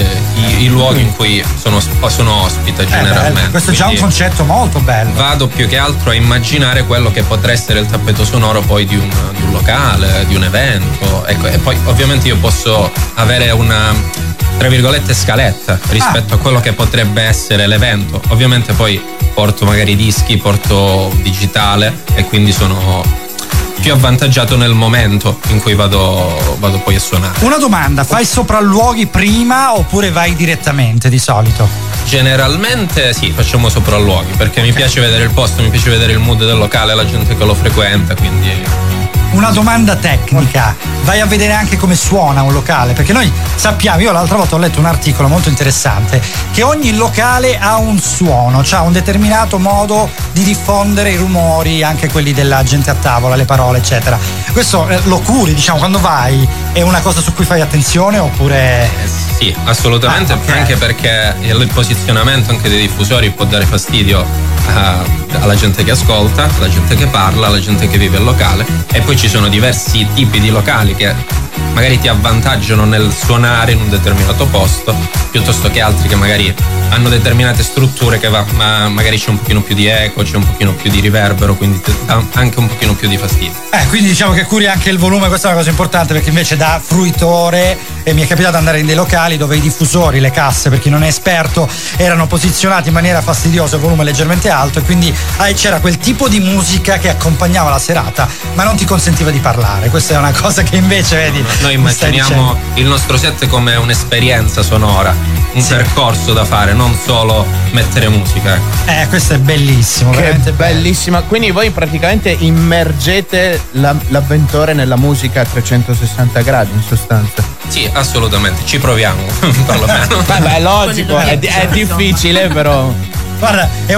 i luoghi in cui sono ospite generalmente. Bello. Questo è già un concetto molto bello. Vado più che altro a immaginare quello che potrà essere il tappeto sonoro poi di un locale, di un evento, ecco, e poi ovviamente io posso avere una, tra virgolette, scaletta rispetto a quello che potrebbe essere l'evento. Ovviamente poi porto magari dischi, porto digitale e quindi sono più avvantaggiato nel momento in cui vado poi a suonare. Una domanda, fai sopralluoghi prima oppure vai direttamente di solito? Generalmente sì, facciamo sopralluoghi perché mi piace vedere il posto, mi piace vedere il mood del locale, la gente che lo frequenta, quindi. Una domanda tecnica, vai a vedere anche come suona un locale, perché noi sappiamo, io l'altra volta ho letto un articolo molto interessante, che ogni locale ha un suono, cioè un determinato modo di diffondere i rumori, anche quelli della gente a tavola, le parole eccetera. Questo lo curi, diciamo, quando vai, è una cosa su cui fai attenzione oppure? Sì, assolutamente, anche perché il posizionamento anche dei diffusori può dare fastidio alla gente che ascolta, alla gente che parla, alla gente che vive il locale, e poi ci sono diversi tipi di locali che magari ti avvantaggiano nel suonare in un determinato posto piuttosto che altri che magari hanno determinate strutture che magari c'è un pochino più di eco, c'è un pochino più di riverbero, quindi ti dà anche un pochino più di fastidio. Quindi diciamo che curi anche il volume, questa è una cosa importante, perché invece da fruitore mi è capitato di andare in dei locali dove i diffusori, le casse, per chi non è esperto, erano posizionati in maniera fastidiosa, il volume leggermente alto, e quindi c'era quel tipo di musica che accompagnava la serata ma non ti consentiva di parlare. Questa è una cosa che invece vedi. Noi immaginiamo il nostro set come un'esperienza sonora, un percorso da fare, non solo mettere musica. Questo è bellissimo, veramente bellissima. Quindi voi praticamente immergete l'avventore nella musica a 360 gradi in sostanza. Sì, assolutamente, ci proviamo perlomeno. Vabbè, logico, è difficile però. Guarda, è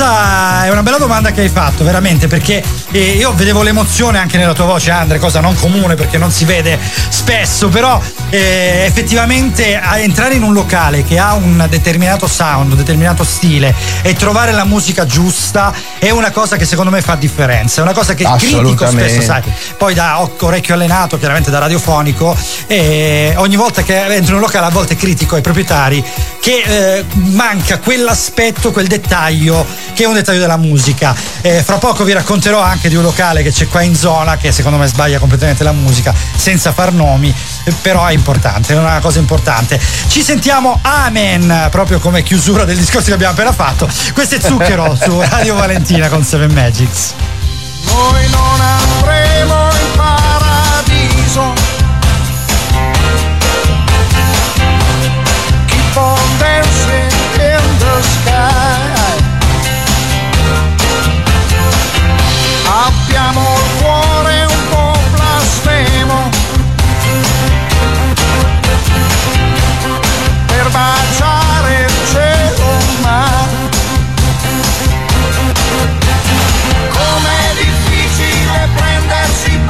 una bella domanda che hai fatto, veramente, perché io vedevo l'emozione anche nella tua voce, Andre, cosa non comune perché non si vede spesso, però effettivamente entrare in un locale che ha un determinato sound, un determinato stile e trovare la musica giusta è una cosa che secondo me fa differenza, è una cosa che critico spesso, sai, poi da orecchio allenato, chiaramente da radiofonico, e ogni volta che entro in un locale a volte critico ai proprietari che manca quell'aspetto, quel dettaglio che è un dettaglio della musica. Fra poco vi racconterò anche di un locale che c'è qua in zona che secondo me sbaglia completamente la musica, senza far nomi, però è importante, è una cosa importante. Ci sentiamo Amen proprio come chiusura del discorso che abbiamo appena fatto. Questo è Zucchero su Radio Valentina con Seven Magics. Noi non andremo in paradiso, keep on dancing in the sky. Abbiamo il cuore un po' blasfemo per baciare il cielo, ma com'è difficile prendersi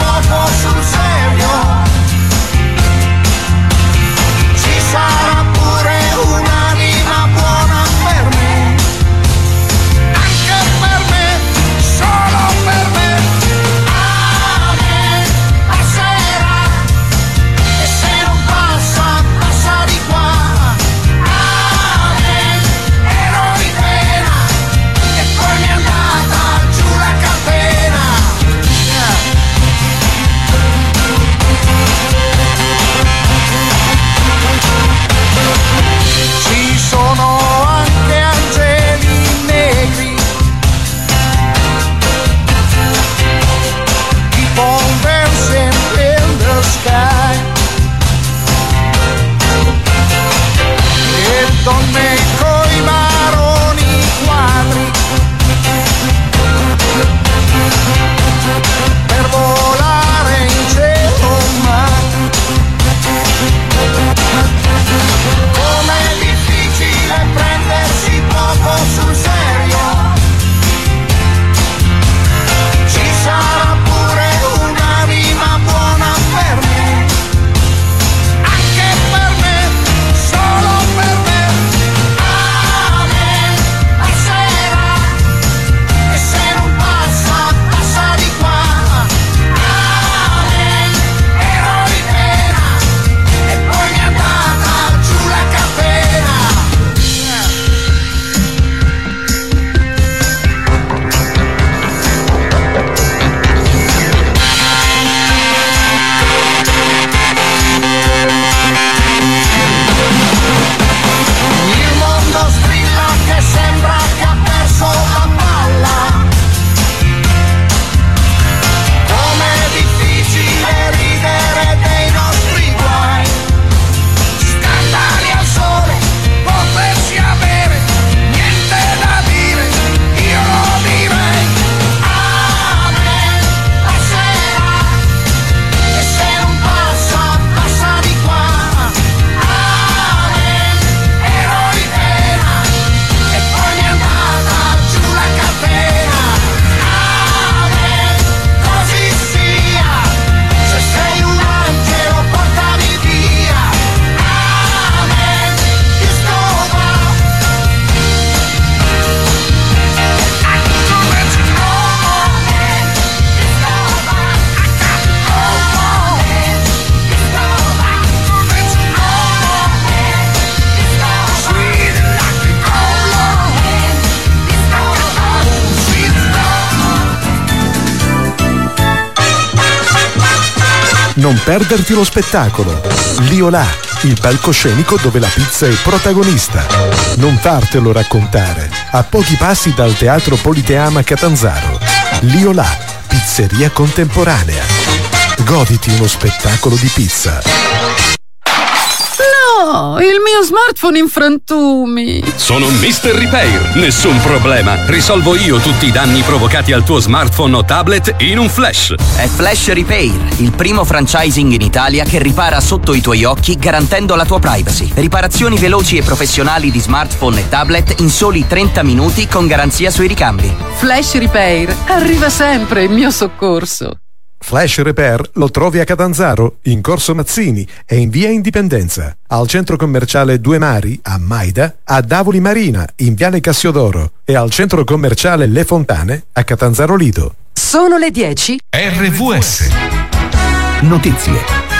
Non perderti lo spettacolo. Liolà, il palcoscenico dove la pizza è protagonista. Non fartelo raccontare. A pochi passi dal Teatro Politeama Catanzaro. Liolà, pizzeria contemporanea. Goditi uno spettacolo di pizza. No, il mio smartphone in frantumi. Sono Mr. Repair, nessun problema. Risolvo io tutti i danni provocati al tuo smartphone o tablet in un flash. È Flash Repair, il primo franchising in Italia che ripara sotto i tuoi occhi garantendo la tua privacy. Riparazioni veloci e professionali di smartphone e tablet in soli 30 minuti con garanzia sui ricambi. Flash Repair, arriva sempre in mio soccorso. Flash Repair lo trovi a Catanzaro, in Corso Mazzini e in via Indipendenza, al centro commerciale Due Mari, a Maida, a Davoli Marina, in viale Cassiodoro e al centro commerciale Le Fontane, a Catanzaro Lido. Sono le 10. RVS. Notizie.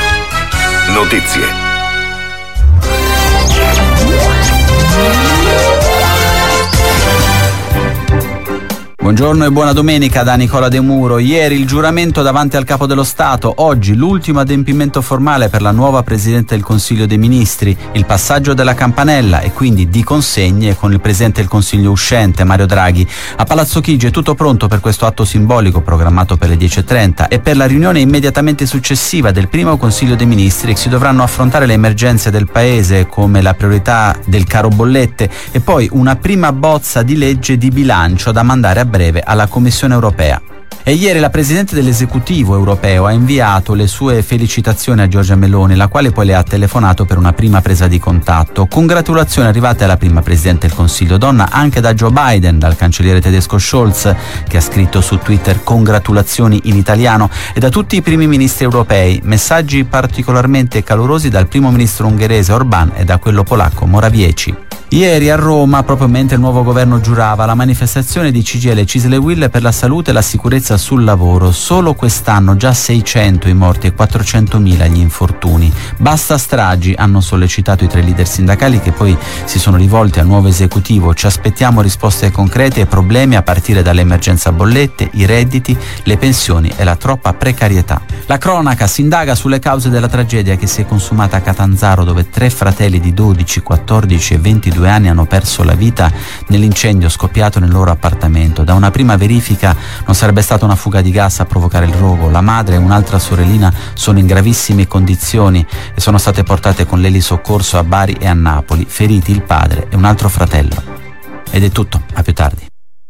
Buongiorno e buona domenica da Nicola De Muro. Ieri il giuramento davanti al Capo dello Stato, oggi l'ultimo adempimento formale per la nuova Presidente del Consiglio dei Ministri, il passaggio della campanella e quindi di consegne con il Presidente del Consiglio uscente Mario Draghi. A Palazzo Chigi è tutto pronto per questo atto simbolico programmato per le 10.30 e per la riunione immediatamente successiva del primo Consiglio dei Ministri che si dovranno affrontare le emergenze del Paese come la priorità del caro bollette e poi una prima bozza di legge di bilancio da mandare a breve alla Commissione europea. E ieri la Presidente dell'Esecutivo europeo ha inviato le sue felicitazioni a Giorgia Meloni, la quale poi le ha telefonato per una prima presa di contatto. Congratulazioni arrivate alla prima Presidente del Consiglio donna anche da Joe Biden, dal cancelliere tedesco Scholz, che ha scritto su Twitter congratulazioni in italiano, e da tutti i primi ministri europei. Messaggi particolarmente calorosi dal primo ministro ungherese Orbán e da quello polacco Morawiecki. Ieri a Roma, proprio mentre il nuovo governo giurava, la manifestazione di CGIL e Cislewill per la salute e la sicurezza sul lavoro. Solo quest'anno già 600 i morti e 400.000 gli infortuni. Basta stragi, hanno sollecitato i tre leader sindacali che poi si sono rivolti al nuovo esecutivo. Ci aspettiamo risposte concrete ai problemi a partire dall'emergenza bollette, i redditi, le pensioni e la troppa precarietà. La cronaca si indaga sulle cause della tragedia che si è consumata a Catanzaro, dove 3 fratelli di 12, 14 e 22 anni hanno perso la vita nell'incendio scoppiato nel loro appartamento. Da una prima verifica non sarebbe stata una fuga di gas a provocare il rogo. La madre e un'altra sorellina sono in gravissime condizioni e sono state portate con l'elisoccorso a Bari e a Napoli. Feriti il padre e un altro fratello. Ed è tutto, a più tardi.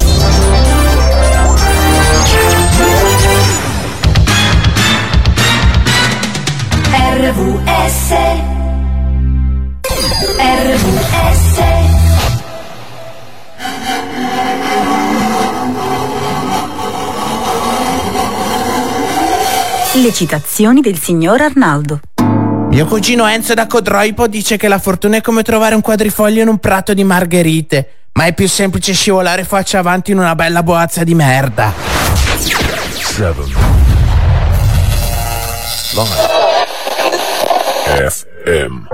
RVS. Le citazioni del signor Arnaldo. Mio cugino Enzo da Codroipo dice che la fortuna è come trovare un quadrifoglio in un prato di margherite, ma è più semplice scivolare faccia avanti in una bella boazza di merda. 7 FM.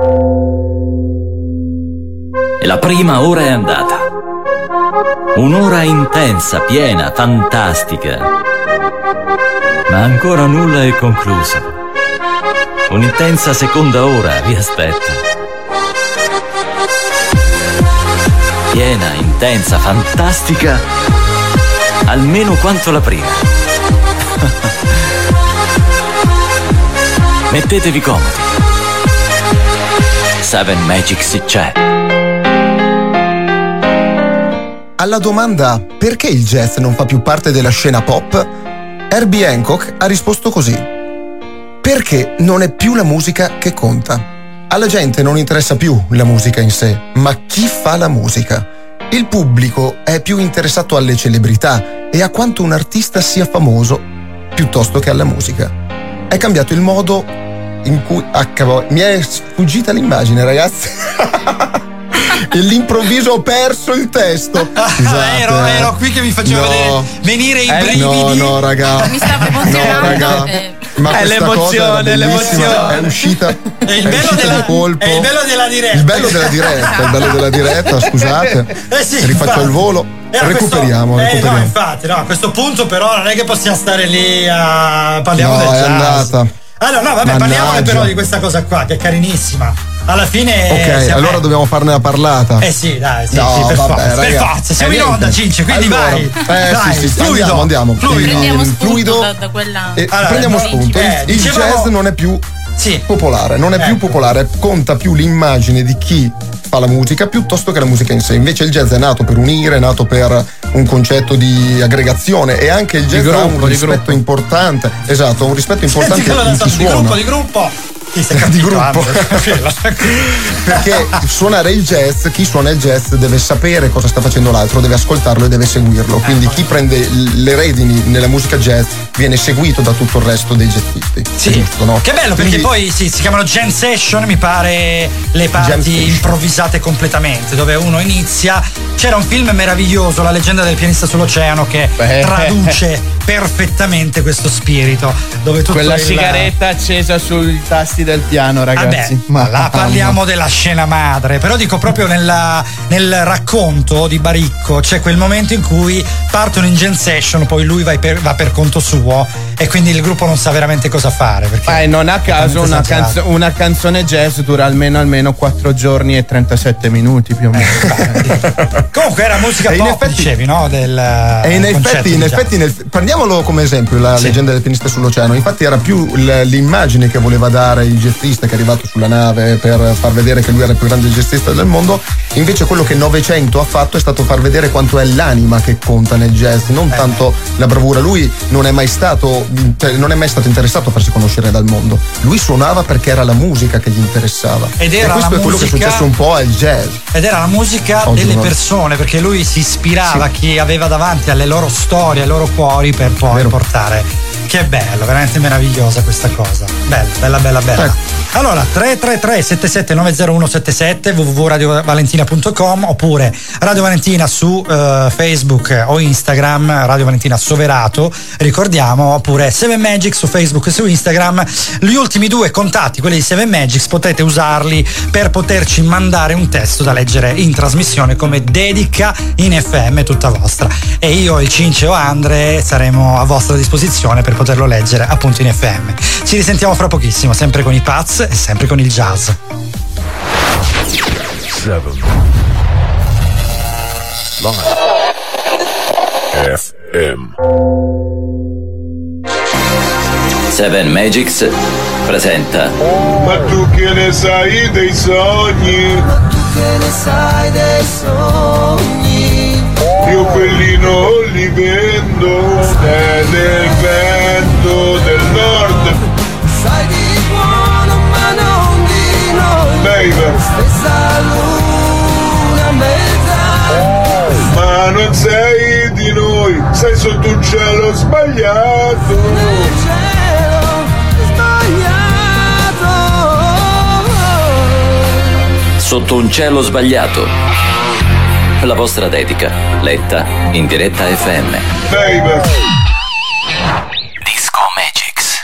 E la prima ora è andata. Un'ora intensa, piena, fantastica. Ma ancora nulla è concluso. Un'intensa seconda ora vi aspetta. Piena, intensa, fantastica, almeno quanto la prima. Mettetevi comodi. 7 Magic c'è. Alla domanda perché il jazz non fa più parte della scena pop, Herbie Hancock ha risposto così: perché non è più la musica che conta. Alla gente non interessa più la musica in sé, ma chi fa la musica. Il pubblico è più interessato alle celebrità e a quanto un artista sia famoso piuttosto che alla musica. È cambiato il modo in cui... mi è sfuggita l'immagine, ragazzi. All'improvviso ho perso il testo. Ero qui che mi facevo venire i brividi. No, raga. Mi stavo emozionando. No, raga. Ma è l'emozione, è uscita. È il bello della colpo. È il bello della diretta. Il bello della diretta, scusate. Sì, rifaccio infatti. il volo. Recuperiamo. No, infatti, no, a questo punto però non è che possiamo stare lì a parliamo del jazz. È andata. Allora, no, vabbè, parliamone però di questa cosa qua, che è carinissima. Alla fine. Ok, allora dobbiamo farne la parlata. Sì, dai, sì, no, per vabbè, forza. Siamo in onda, Cince, quindi allora, vai. Dai, sì, fluido. Andiamo. Prendiamo spunto fluido. da quella. Allora, prendiamo spunto. Il jazz non è più popolare, più popolare, conta più l'immagine di chi fa la musica piuttosto che la musica in sé. Invece il jazz è nato per unire, è nato per un concetto di aggregazione, e anche il jazz ha un rispetto importante. Esatto, un rispetto importante in chi suona. Di gruppo. Di gruppo. Perché suonare il jazz, chi suona il jazz deve sapere cosa sta facendo l'altro, deve ascoltarlo e deve seguirlo. Quindi chi prende le redini nella musica jazz viene seguito da tutto il resto dei jazzisti. Sì, giusto, no? Che bello, perché poi si chiamano jam session, mi pare, le parti improvvisate completamente, dove uno inizia. C'era un film meraviglioso, La leggenda del pianista sull'oceano, che traduce perfettamente questo spirito, dove tutto quella sigaretta accesa sui tasti del piano, ragazzi. Vabbè, là parliamo della scena madre, però dico proprio nel racconto di Baricco c'è quel momento in cui partono in jam session, poi lui va per conto suo e quindi il gruppo non sa veramente cosa fare, perché non a caso una canzone jazz dura almeno 4 giorni e 37 minuti più o meno. Comunque era musica pop, dicevi, no? In effetti prendiamolo come esempio, la leggenda del pianista sull'oceano. Infatti era più l'immagine che voleva dare il jazzista che è arrivato sulla nave per far vedere che lui era il più grande jazzista del mondo. Invece quello che Novecento ha fatto è stato far vedere quanto è l'anima che conta nel jazz, non tanto la bravura. Lui non è mai stato interessato a farsi conoscere dal mondo. Lui suonava perché era la musica che gli interessava. Ed era e questo è quello che è successo un po' al jazz. Ed era la musica delle persone, perché lui si ispirava a chi aveva davanti, alle loro storie, ai loro cuori, per poi portare. Che bello, veramente meravigliosa questa cosa. Bella. Allora, 333-7790177, www.radiovalentina.com, oppure Radio Valentina su Facebook o Instagram, Radio Valentina Soverato, ricordiamo, oppure Seven Magics su Facebook e su Instagram. Gli ultimi 2 contatti, quelli di Seven Magics, potete usarli per poterci mandare un testo da leggere in trasmissione come dedica in FM tutta vostra. E io, il Cince o Andre saremo a vostra disposizione per poterlo leggere appunto in FM. Ci risentiamo fra pochissimo, sempre con i Paz e sempre con il jazz. 7 FM. Seven Magics presenta. Ma tu che ne sai dei sogni? Ma tu che ne sai dei sogni? Io quelli non li vendo, è del vento del nord. Sai di buono ma non di noi, baby. Stessa luna metà. Ma non sei di noi, sei sotto un cielo sbagliato. Nel cielo sbagliato. Sotto un cielo sbagliato. La vostra dedica, letta in diretta FM. Baby. Disco Magics.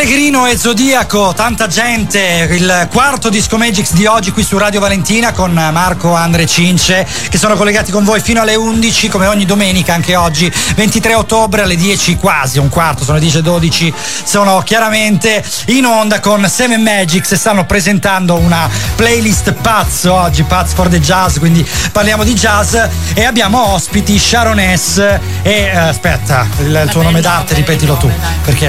Pellegrino e Zodiaco, tanta gente, il quarto Disco Magics di oggi qui su Radio Valentina con Marco, Andre, Cince, che sono collegati con voi fino alle 11 come ogni domenica, anche oggi 23 ottobre alle 10 quasi, un quarto, sono le 10:12, sono chiaramente in onda con Seven Magics e stanno presentando una playlist pazzo oggi, Pazz for the Jazz, quindi parliamo di jazz e abbiamo ospiti Sharon S e aspetta, il tuo nome d'arte ripetilo tu, perché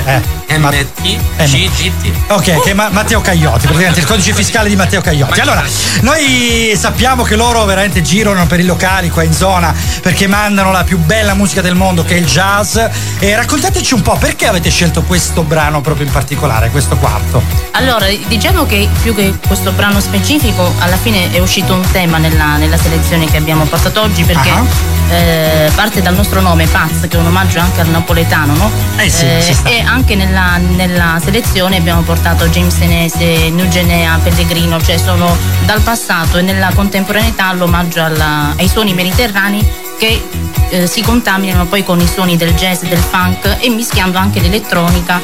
MTGGT. Ok, che è Matteo Caiotti, praticamente il codice fiscale di Matteo Caiotti. Allora, noi sappiamo che loro veramente girano per i locali qua in zona perché mandano la più bella musica del mondo, che è il jazz. E raccontateci un po' perché avete scelto questo brano proprio in particolare, questo quarto. Allora, diciamo che più che questo brano specifico, alla fine è uscito un tema nella selezione che abbiamo portato oggi, perché parte dal nostro nome, Pazz, che è un omaggio anche al napoletano, no? Sì, e anche nella selezione abbiamo portato James Senese, New Genea, Pellegrino, cioè sono dal passato e nella contemporaneità l'omaggio ai suoni mediterranei che si contaminano poi con i suoni del jazz, del funk e mischiando anche l'elettronica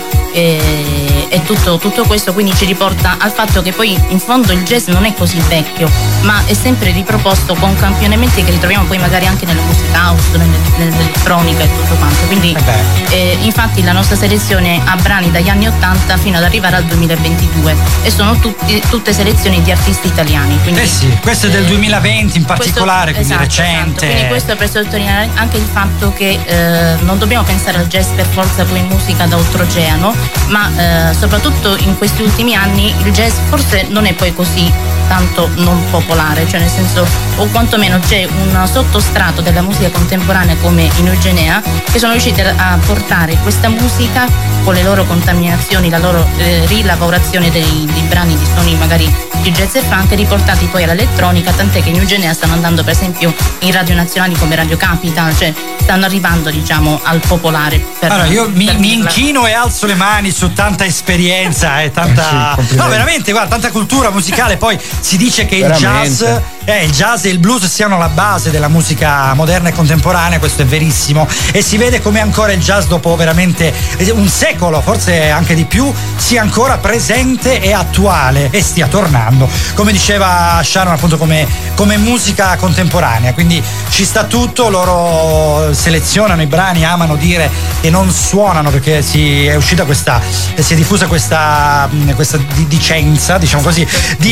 e tutto questo, quindi ci riporta al fatto che poi in fondo il jazz non è così vecchio, ma è sempre riproposto con campionamenti che ritroviamo poi magari anche nella musica house, nell'elettronica e tutto quanto, quindi infatti la nostra selezione ha brani dagli anni 80 fino ad arrivare al 2022 e sono tutte selezioni di artisti italiani, quindi, questo è del 2020 in particolare, quindi recente. Quindi questo per sottolineare anche il fatto che non dobbiamo pensare al jazz per forza come musica da oltreoceano, ma soprattutto in questi ultimi anni il jazz forse non è poi così tanto non popolare, cioè nel senso, o quantomeno c'è un sottostrato della musica contemporanea come in Eugenea che sono riusciti a portare questa musica con le loro contaminazioni, la loro rilavorazione dei brani di suoni magari di jazz e funk riportati poi all'elettronica, tant'è che in Eugenea stanno andando per esempio in radio nazionali come Radio Capital, cioè stanno arrivando diciamo al popolare. Allora io mi inchino e alzo le mani su tanta esperienza e tanta no veramente, guarda, tanta cultura musicale. Poi si dice che il jazz e il blues siano la base della musica moderna e contemporanea, questo è verissimo, e si vede come ancora il jazz dopo veramente un secolo, forse anche di più, sia ancora presente e attuale e stia tornando, come diceva Sharon, appunto come musica contemporanea, quindi ci sta tutto. Loro selezionano i brani, amano dire che non suonano, perché si è diffusa questa dicenza, diciamo così,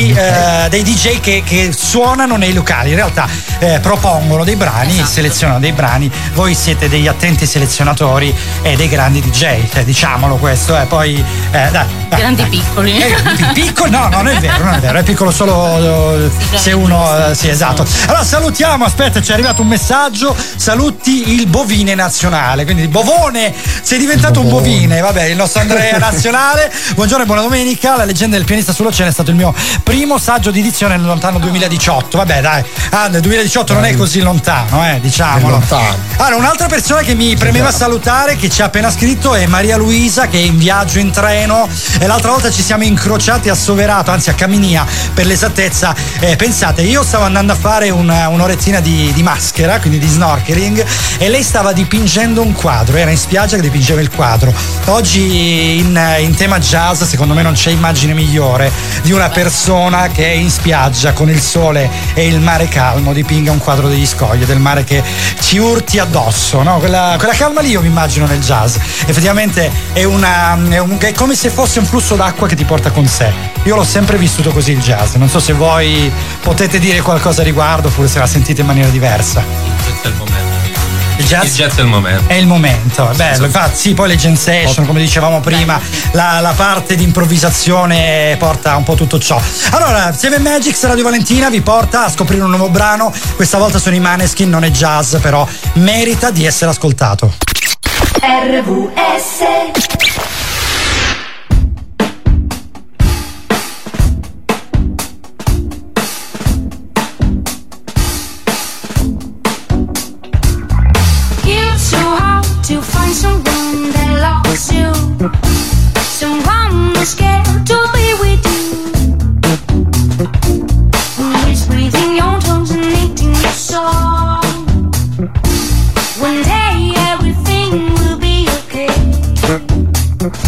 dei DJ che suonano nei locali, in realtà propongono dei brani, selezionano dei brani, voi siete degli attenti selezionatori e dei grandi DJ, diciamolo questo, poi grandi piccoli. Piccoli? No, non è vero, è piccolo solo se uno sì, esatto. Allora salutiamo, aspetta, ci è arrivato un messaggio, saluti il bovine nazionale, quindi Bovone, sei diventato un bovine, vabbè, il nostro Andrea nazionale. Buongiorno e buona domenica. La leggenda del pianista sull'oceano è stato il mio primo saggio di edizione nel lontano 2018. Vabbè, dai, nel 2018 non è così lontano, diciamolo. Allora, un'altra persona che mi premeva salutare, che ci ha appena scritto, è Maria Luisa, che è in viaggio in treno, e l'altra volta ci siamo incrociati a Soverato, anzi a Caminia per l'esattezza. Pensate, io stavo andando a fare un'orettina di maschera, quindi di snorkeling, e lei stava dipingendo un quadro, era in spiaggia che dipingeva il quadro. Oggi in tema jazz secondo me non c'è immagine migliore di una persona che è in spiaggia con il sole e il mare calmo dipinga un quadro degli scogli, del mare che ci urti addosso, no? Quella calma lì io mi immagino nel jazz. Effettivamente è come se fosse un flusso d'acqua che ti porta con sé. Io l'ho sempre vissuto così il jazz, non so se voi potete dire qualcosa a riguardo oppure se la sentite in maniera diversa. Il jazz è il momento. È il momento, bello. Infatti, sì, poi le jam session, come dicevamo prima, la parte di improvvisazione porta un po' tutto ciò. Allora, Seven Magics Radio Valentina vi porta a scoprire un nuovo brano. Questa volta sono i Maneskin, non è jazz, però merita di essere ascoltato. RVS. To find someone that loves you, someone who's scared to be with you, who's breathing your tongues and eating your soul. One day everything will be okay.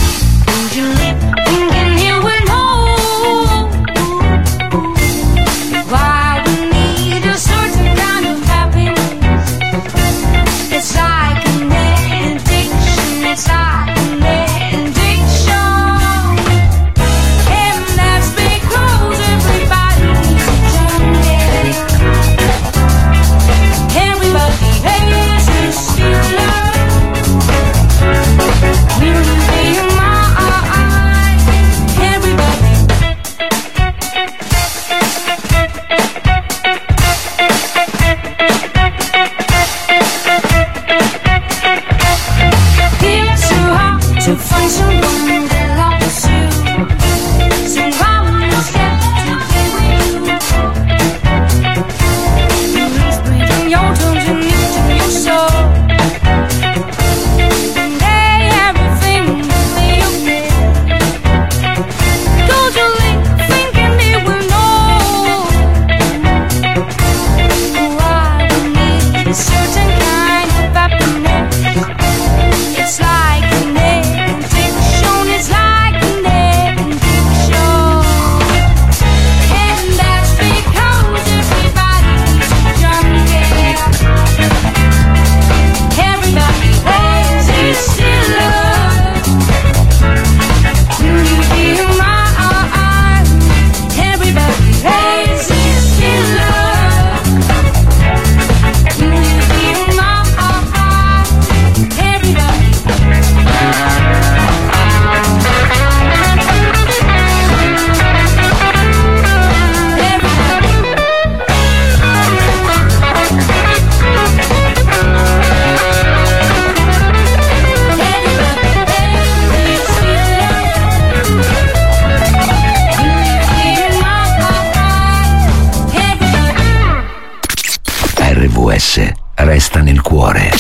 passa resta nel cuore.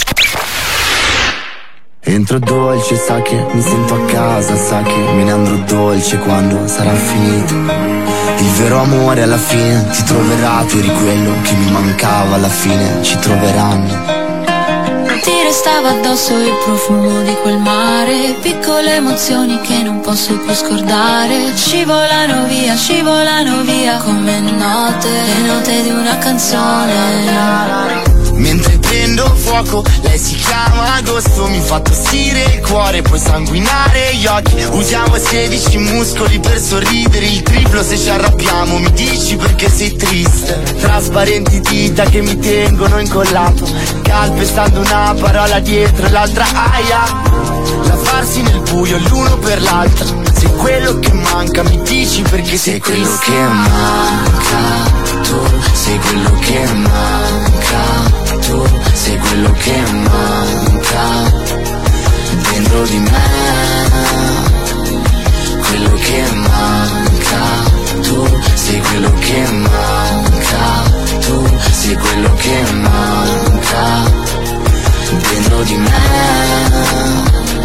Entro dolce, sa che mi sento a casa, sa che me ne andrò dolce quando sarà finito. Il vero amore alla fine ti troverà, tu eri quello che mi mancava, alla fine ci troveranno. Ti restava addosso il profumo di quel mare, piccole emozioni che non posso più scordare. Scivolano via come note, le note di una canzone. Mentre prendo fuoco, lei si chiama agosto, mi fa tossire il cuore, poi sanguinare gli occhi. Usiamo 16 muscoli per sorridere, il triplo se ci arrabbiamo, mi dici perché sei triste. Trasparenti dita che mi tengono incollato, calpestando una parola dietro l'altra aia. Lavarsi nel buio l'uno per l'altra, sei quello che manca, mi dici perché sei quello triste. Che manca, tu sei quello che manca. Tu sei quello che manca dentro di me, quello che manca. Tu sei quello che manca. Tu sei quello che manca dentro di me.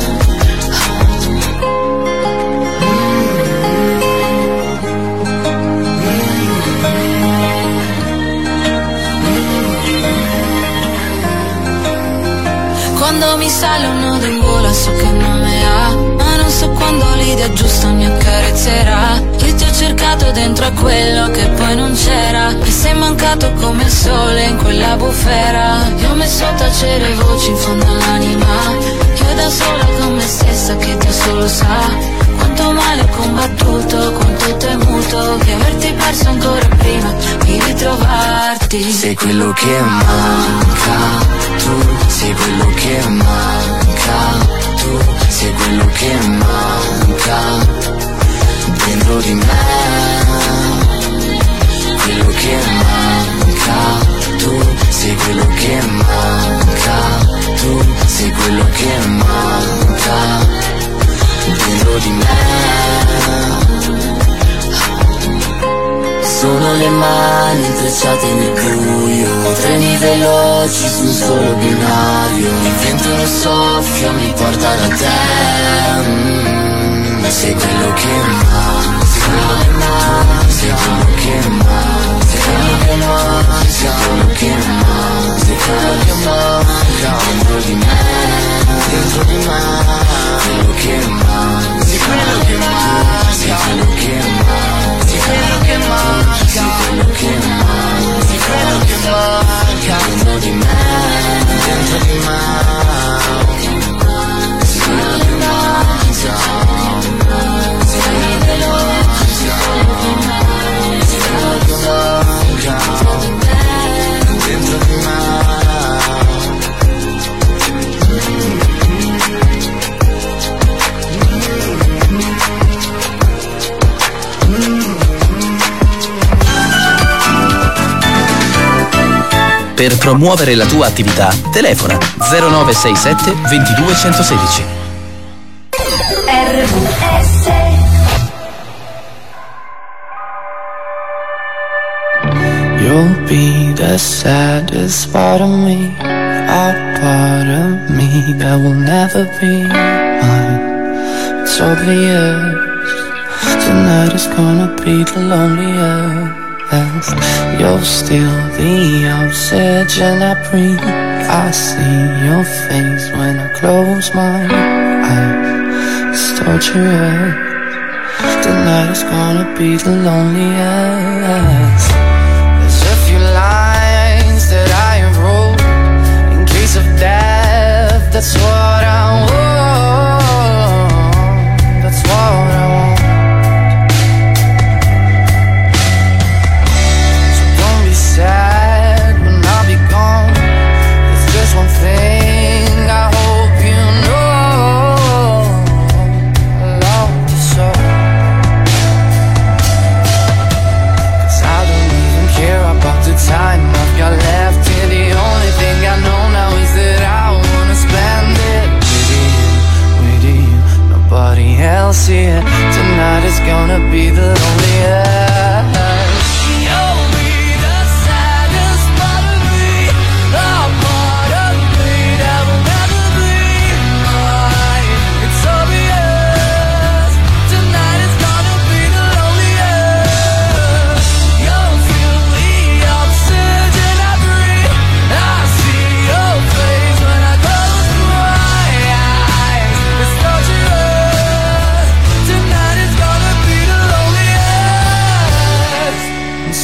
Quando mi sale un nodo in gola so che nome ha, ma non so quando l'idea giusta mi accarezzerà. Io ti ho cercato dentro a quello che poi non c'era, e sei mancato come il sole in quella bufera. Io ho messo a tacere voci in fondo all'anima, io da sola con me stessa che Dio solo sa quanto male ho combattuto, quanto temuto di averti perso ancora prima di ritrovarti. Sei quello che manca, tu sei quello che manca. Tu sei quello che manca dentro di me, quello che manca. Tu sei quello che manca. Tu sei quello che manca dentro di me. Sono le mani intrecciate nel buio, treni veloci su un solo binario. Il vento lo soffia, mi porta da te. Sei quello che manca, sei quello che manca, sei quello che manca, sei quello che manca, sei quello che manca, sei quello che manca dentro di me, dentro di me. Quello che manca, sei quello che manca, sei quello che manca, sei quello che manca, sei quello che manca, sei quello che manca dentro di me, dentro di me. Sei quello che manca, sei quello che manca dentro di me. Per promuovere la tua attività, telefona 0967 22 116. RVS. You'll be the saddest part of me, a part of me that will never be mine. It's obvious tonight is gonna be the loneliest. You're still the oxygen I breathe. I see your face when I close my eyes. It's torturous. Tonight is gonna be the loneliest. There's a few lines that I have wrote in case of death. That's what I want. That's what I want. Sad when I'll be gone. There's just one thing I hope you know. I love you so. 'Cause I don't even care about the time I've got left here. The only thing I know now is that I wanna spend it with you.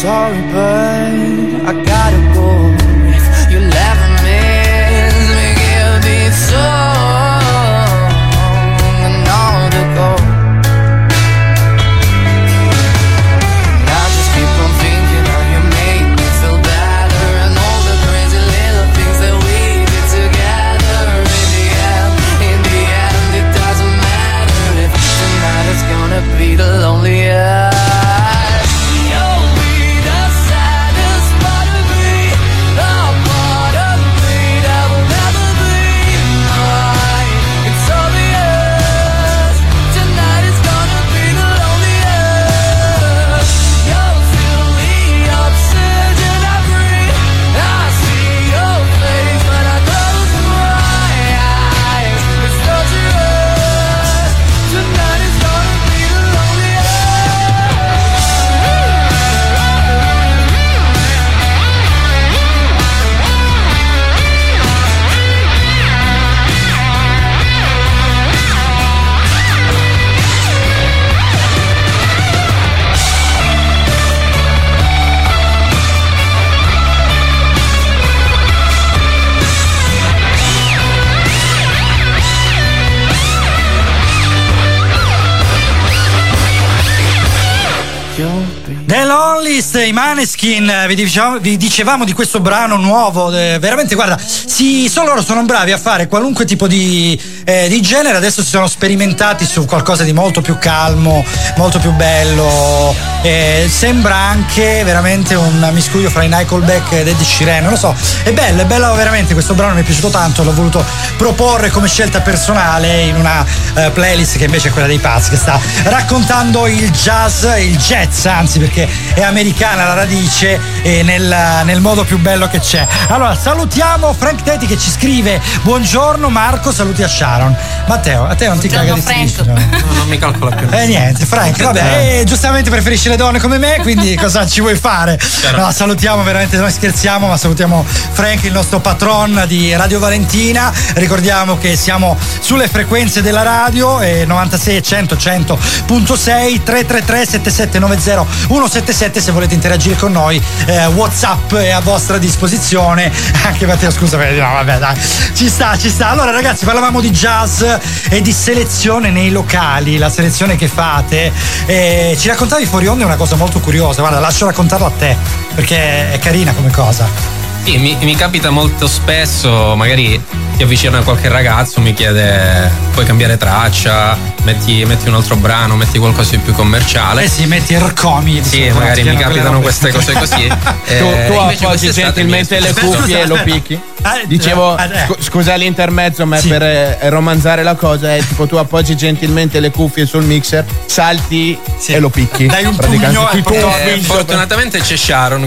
sorry, but I gotta go. If you'll ever miss me, give me song and all to go. And I just keep on thinking how you make me feel better, and all the crazy little things that we did together. In the end, it doesn't matter if tonight is gonna be the loneliest. The Loneliest, i Maneskin, vi dicevamo di questo brano nuovo, veramente guarda, loro sono bravi a fare qualunque tipo di genere, adesso si sono sperimentati su qualcosa di molto più calmo, molto più bello, sembra anche veramente un miscuglio fra i Nickelback ed Ed Sheeran, non lo so, è bello veramente, questo brano mi è piaciuto tanto, l'ho voluto proporre come scelta personale in una playlist che invece è quella dei pazzi, che sta raccontando il jazz anzi, perché è americana la radice e nel modo più bello che c'è. Allora salutiamo Frank Teti che ci scrive: buongiorno Marco, saluti a Sharon. Matteo, a te non ti caga di striscio? No, non mi calcola più. Niente, Frank, vabbè, giustamente preferisci le donne come me, quindi cosa ci vuoi fare? No, salutiamo veramente, noi scherziamo, ma salutiamo Frank, il nostro patron di Radio Valentina. Ricordiamo che siamo sulle frequenze della radio, 96 100 100.6, 333 7790 177 se volete interagire con noi, WhatsApp è a vostra disposizione. Anche Matteo, scusa, no, vabbè, dai, ci sta. Allora ragazzi, parlavamo di jazz e di selezione nei locali, la selezione che fate, ci raccontavi fuori onda una cosa molto curiosa, guarda, lascio raccontarlo a te perché è carina come cosa. Sì, mi capita molto spesso, magari ti avvicina qualche ragazzo, mi chiede puoi cambiare traccia, metti un altro brano, metti qualcosa di più commerciale. Sì, metti Ercomi. Sì, magari mi capitano queste cose così. Tu appoggi gentilmente le cuffie e lo picchi. Dicevo, scusa l'intermezzo, ma per romanzare la cosa è tipo tu appoggi gentilmente le cuffie sul mixer, salti e lo picchi. Dai un pugno fortunatamente c'è Sharon.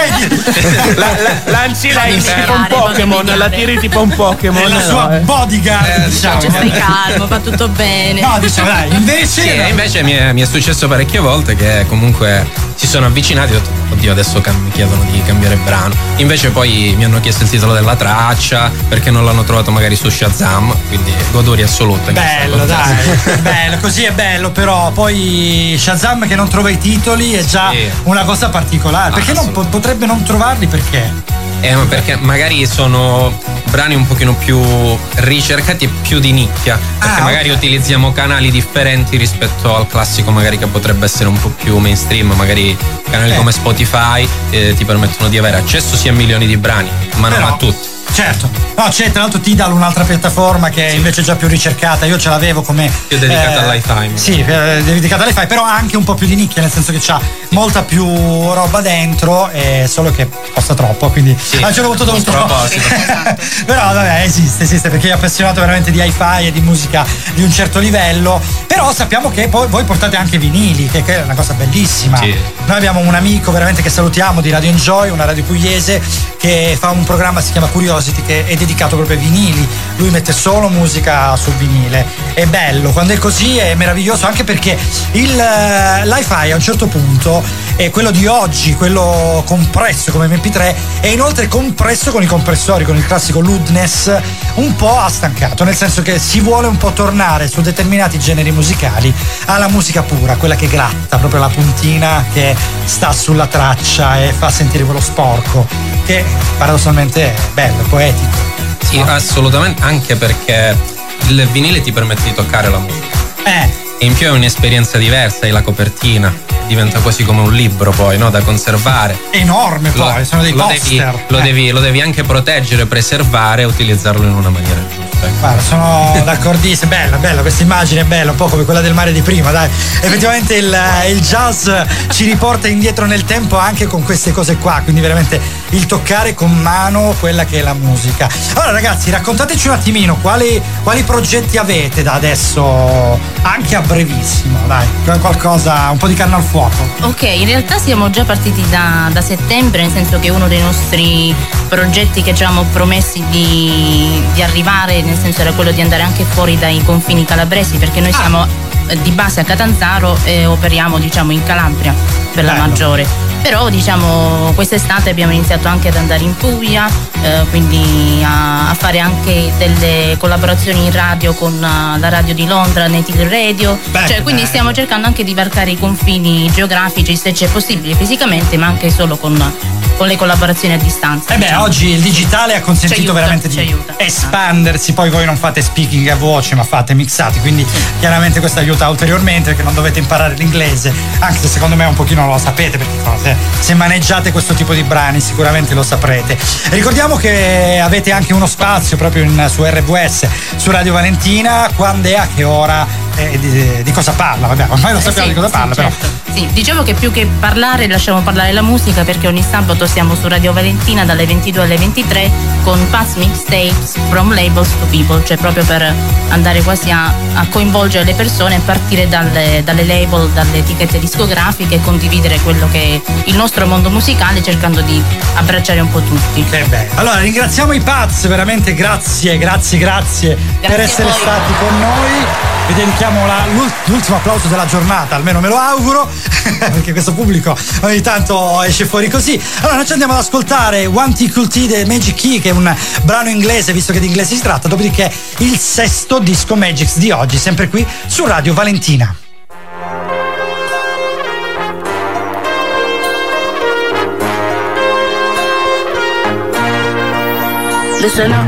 Lanci lei tipo un Pokémon, la tiri tipo un Pokémon. È la sua bodyguard, diciamo. Stai calmo, va tutto bene. No, diciamo dai, invece mi è successo parecchie volte che comunque si sono avvicinati e ho detto oddio adesso mi chiedono di cambiare brano, invece poi mi hanno chiesto il titolo della traccia perché non l'hanno trovato magari su Shazam, quindi goduria assoluta. Bello, dai, bello, così è bello, però poi Shazam che non trova i titoli è già una cosa particolare, perché non potrebbe non trovarli, perché? Perché magari sono brani un pochino più ricercati e più di nicchia, perché magari utilizziamo canali differenti rispetto al classico magari che potrebbe essere un po' più mainstream, magari canali come Spotify ti permettono di avere accesso sia a milioni di brani, ma non a tutti. Certo, no, c'è tra l'altro Tidal, un'altra piattaforma che è invece già più ricercata, io ce l'avevo come più dedicata al lifetime. Sì, dedicata al lifetime, però anche un po' più di nicchia, nel senso che c'ha molta più roba dentro, solo che costa troppo, quindi a un certo punto dovuto però vabbè, esiste perché è appassionato veramente di hi-fi e di musica di un certo livello, però sappiamo che poi voi portate anche vinili, che è una cosa bellissima. Noi abbiamo un amico veramente che salutiamo di Radio Enjoy, una radio pugliese, che fa un programma, si chiama Curiosity, che è dedicato proprio ai vinili, lui mette solo musica su vinile. È bello, quando è così è meraviglioso, anche perché il Li-Fi a un certo punto è quello di oggi, quello compresso come MP3, e inoltre compresso con i compressori, con il classico Ludness, un po' ha stancato, nel senso che si vuole un po' tornare su determinati generi musicali alla musica pura, quella che gratta, proprio la puntina che sta sulla traccia e fa sentire quello sporco, che paradossalmente è bello, poetico. Sì, no? Assolutamente, anche perché il vinile ti permette di toccare la musica. E in più è un'esperienza diversa, hai la copertina, diventa quasi come un libro poi, no? Da conservare. Enorme poi, sono dei poster. Lo devi anche proteggere, preservare e utilizzarlo in una maniera giusta. Guarda, sono d'accordissimo, bella questa immagine, è bella, un po' come quella del mare di prima, dai. Effettivamente il jazz ci riporta indietro nel tempo anche con queste cose qua, quindi veramente il toccare con mano quella che è la musica. Allora ragazzi, raccontateci un attimino quali progetti avete da adesso, anche a brevissimo, dai, qualcosa, un po' di carne al fuoco. Ok, in realtà siamo già partiti da settembre, nel senso che uno dei nostri progetti che ci avevamo promessi di arrivare, nel senso era quello di andare anche fuori dai confini calabresi, perché noi siamo di base a Catanzaro e operiamo diciamo in Calabria per la maggiore. Però diciamo quest'estate abbiamo iniziato anche ad andare in Puglia, quindi a fare anche delle collaborazioni in radio con la radio di Londra, Native Radio, quindi stiamo cercando anche di varcare i confini geografici se c'è possibile fisicamente, ma anche solo con le collaborazioni a distanza. Diciamo. Oggi il digitale ha consentito veramente di espandersi, poi voi non fate speaking a voce ma fate mixati, quindi chiaramente questo aiuta ulteriormente, perché non dovete imparare l'inglese, anche se secondo me un pochino lo sapete, perché se maneggiate questo tipo di brani sicuramente lo saprete. Ricordiamo che avete anche uno spazio proprio su RVS, su Radio Valentina. Quando è, a che ora, di cosa parla? Vabbè, ormai lo sappiamo di cosa parla, certo. però. Sì, diciamo che più che parlare lasciamo parlare la musica, perché ogni sabato siamo su Radio Valentina dalle 22 alle 23 con Paz Mixtapes From Labels to People, cioè proprio per andare quasi a coinvolgere le persone, partire dalle label, dalle etichette discografiche e condividere quello che è il nostro mondo musicale, cercando di abbracciare un po' tutti. Che bello. Allora ringraziamo i Paz, veramente grazie per essere stati con noi. Vi dedichiamo l'ultimo applauso della giornata, almeno me lo auguro, perché questo pubblico ogni tanto esce fuori così. Allora noi ci andiamo ad ascoltare One T Cool T The Magic Key, che è un brano inglese, visto che di inglese si tratta, dopodiché il sesto disco Magics di oggi, sempre qui su Radio Valentina. Listen up.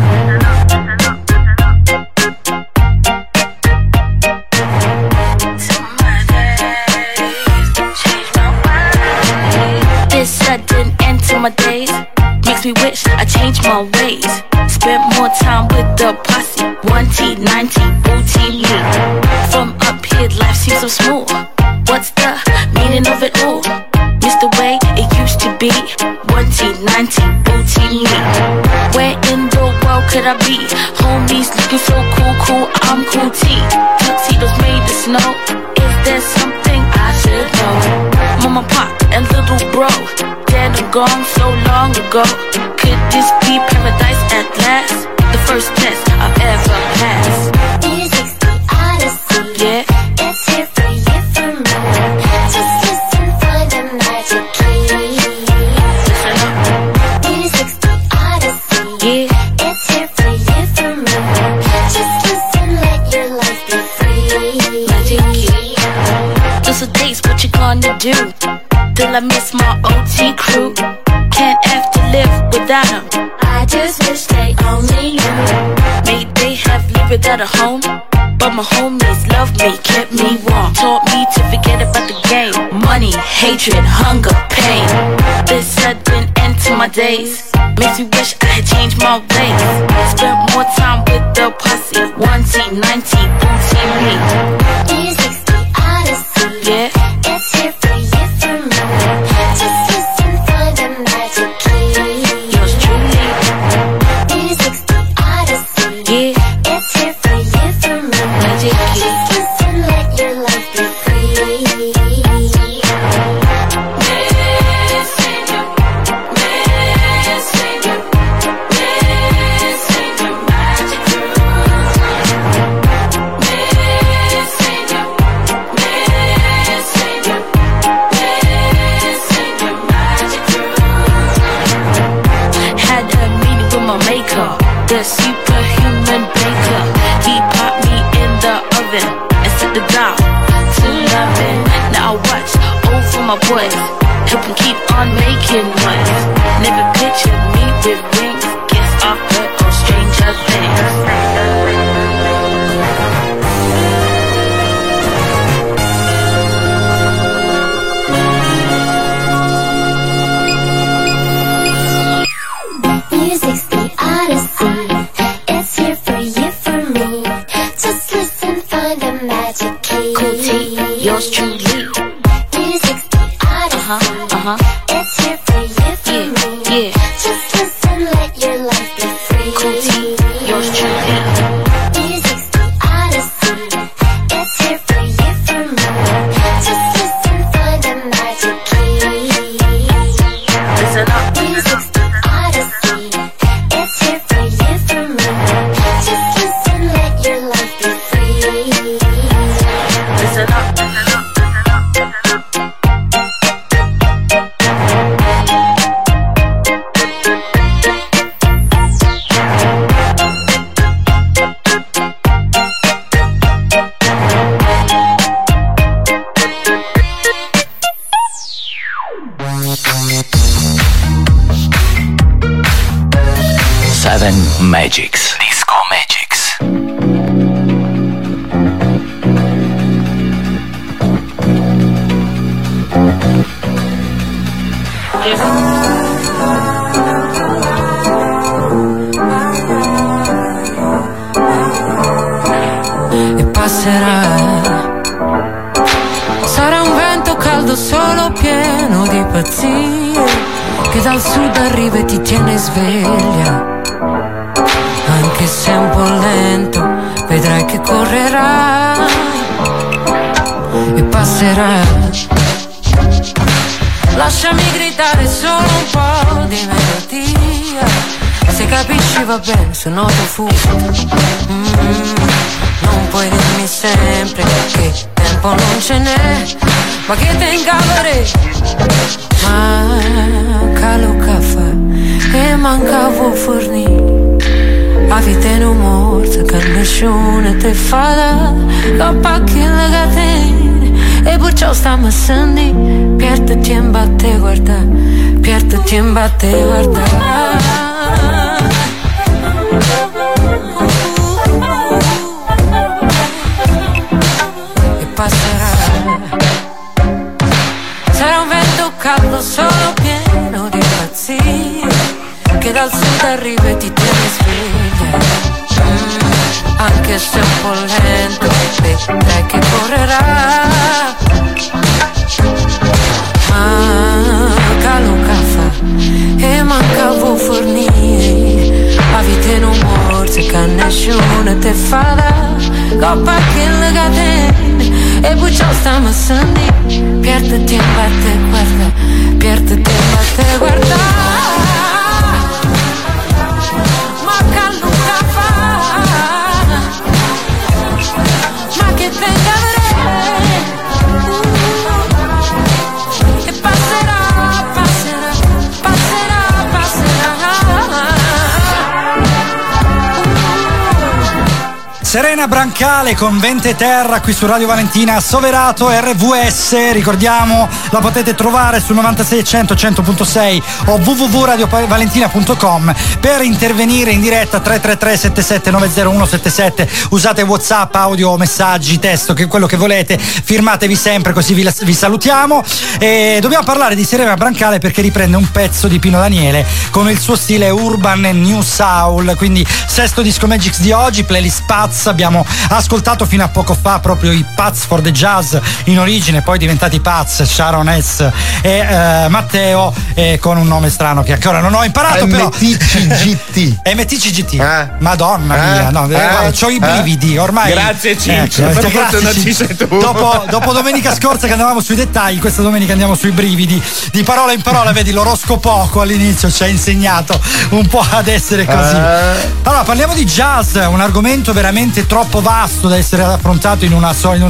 This sudden end to my days makes me wish I changed my ways. Spent more time with the posse, 1T, 9T, booty me. From up here, life seems so smooth. What's the meaning of it all? Miss the way it used to be, 1T, 9T, booty me. Where in the world could I be? Homies looking so cool, I'm cool T. Tuxedos made of snow. Is there something I should know? Mama, pop, and little bro, dead and gone so long ago. Could this be paradise at last? The first test I've ever passed. Music's the odyssey. Yeah. It's here for you, for me. Just listen for the magic key. Listen up. Music's the odyssey. Yeah. It's here for you, for me. Just listen, let your life be free. Magic key. Those are days, what you gonna do? Till I miss my OT crew. Can't have to live without them. I just wish they only knew. May they have lived without a home, but my homies loved me, kept me warm. Taught me to forget about the game. Money, hatred, hunger, pain. This sudden end to my days makes me wish I had changed my ways. Spent more time with the posse, 1T, 9T, booty me. Music's the odyssey. Yeah. It's here for you, for me. Just listen for the magic key. Yours truly. Music's the odyssey. Yeah. It's here for you, for me. Magic key. Just listen, let your life be free. Missing you, missing you, missing my boys, help them keep on making noise. Never pictured me with rings, guess I've heard of stranger things. Music's the odyssey. It's here for you, for me. Just listen, find a magic key. Cool T, yours truly. Music's the odyssey. It's here for you, for me. Yeah. Just listen, let your life be free. Cool T, yours truly. Music's the odyssey. It's here for you, for me. Just listen, find a magic key. Listen up. Music's the odyssey. It's here for you, for me. Just listen, let your life be free. Listen up. Seven Magics. Disco Magics. E passerà. Sarà un vento caldo solo pieno di pazzie, che dal sud arriva e ti tiene sveglia. Anche se è un po' lento, vedrai che correrà e passerà. Lasciami gridare solo un po' di melodia. Se capisci va bene, se no ti fugo. Non puoi dirmi sempre che tempo non ce n'è, ma che te incavare. Manca lo caffè e mancavo fornì. A vite non morta che nessuno te fa da pacchi le catene. E perciò stiamo assenti, pierditi in batte guarda, pierditi in batte guarda. E passerà. Sarà un vento caldo solo pieno di pazzie, che dal sud arriva e ti tiene sveglia. Anche se è un po' lento, vedrai che correrà. Manca lo caffè e mancavo fornire. A vite non morte che nessuno te fa da coppa che le catene. E poi ciò stiamo assenti, pierditi in batte guarda, pierditi in batte guarda. Serena Brancale con Vente Terra qui su Radio Valentina Soverato RVS. Ricordiamo, la potete trovare sul 96 100 100.6 o www.radiovalentina.com per intervenire in diretta. 333 77 901 77. Usate WhatsApp, audio, messaggi, testo, che quello che volete, firmatevi sempre, così vi salutiamo. E dobbiamo parlare di Serena Brancale perché riprende un pezzo di Pino Daniele con il suo stile urban e new soul, quindi sesto Disco Magics di oggi, playlist Paz. Abbiamo ascoltato fino a poco fa proprio i Paz for the Jazz in origine, poi diventati Paz, Sharon S e Matteo, con un nome strano che ancora non ho imparato. MTCGT. MTCGT. Madonna mia, no, guarda, c'ho i brividi ormai. Grazie Ciccio, per fortuna ci sei tu. Dopo domenica scorsa che andavamo sui dettagli, questa domenica andiamo sui brividi. Di parola in parola, vedi, l'oroscopoco all'inizio ci ha insegnato un po' ad essere così. Allora, parliamo di jazz, un argomento veramente veramente troppo vasto da essere affrontato in una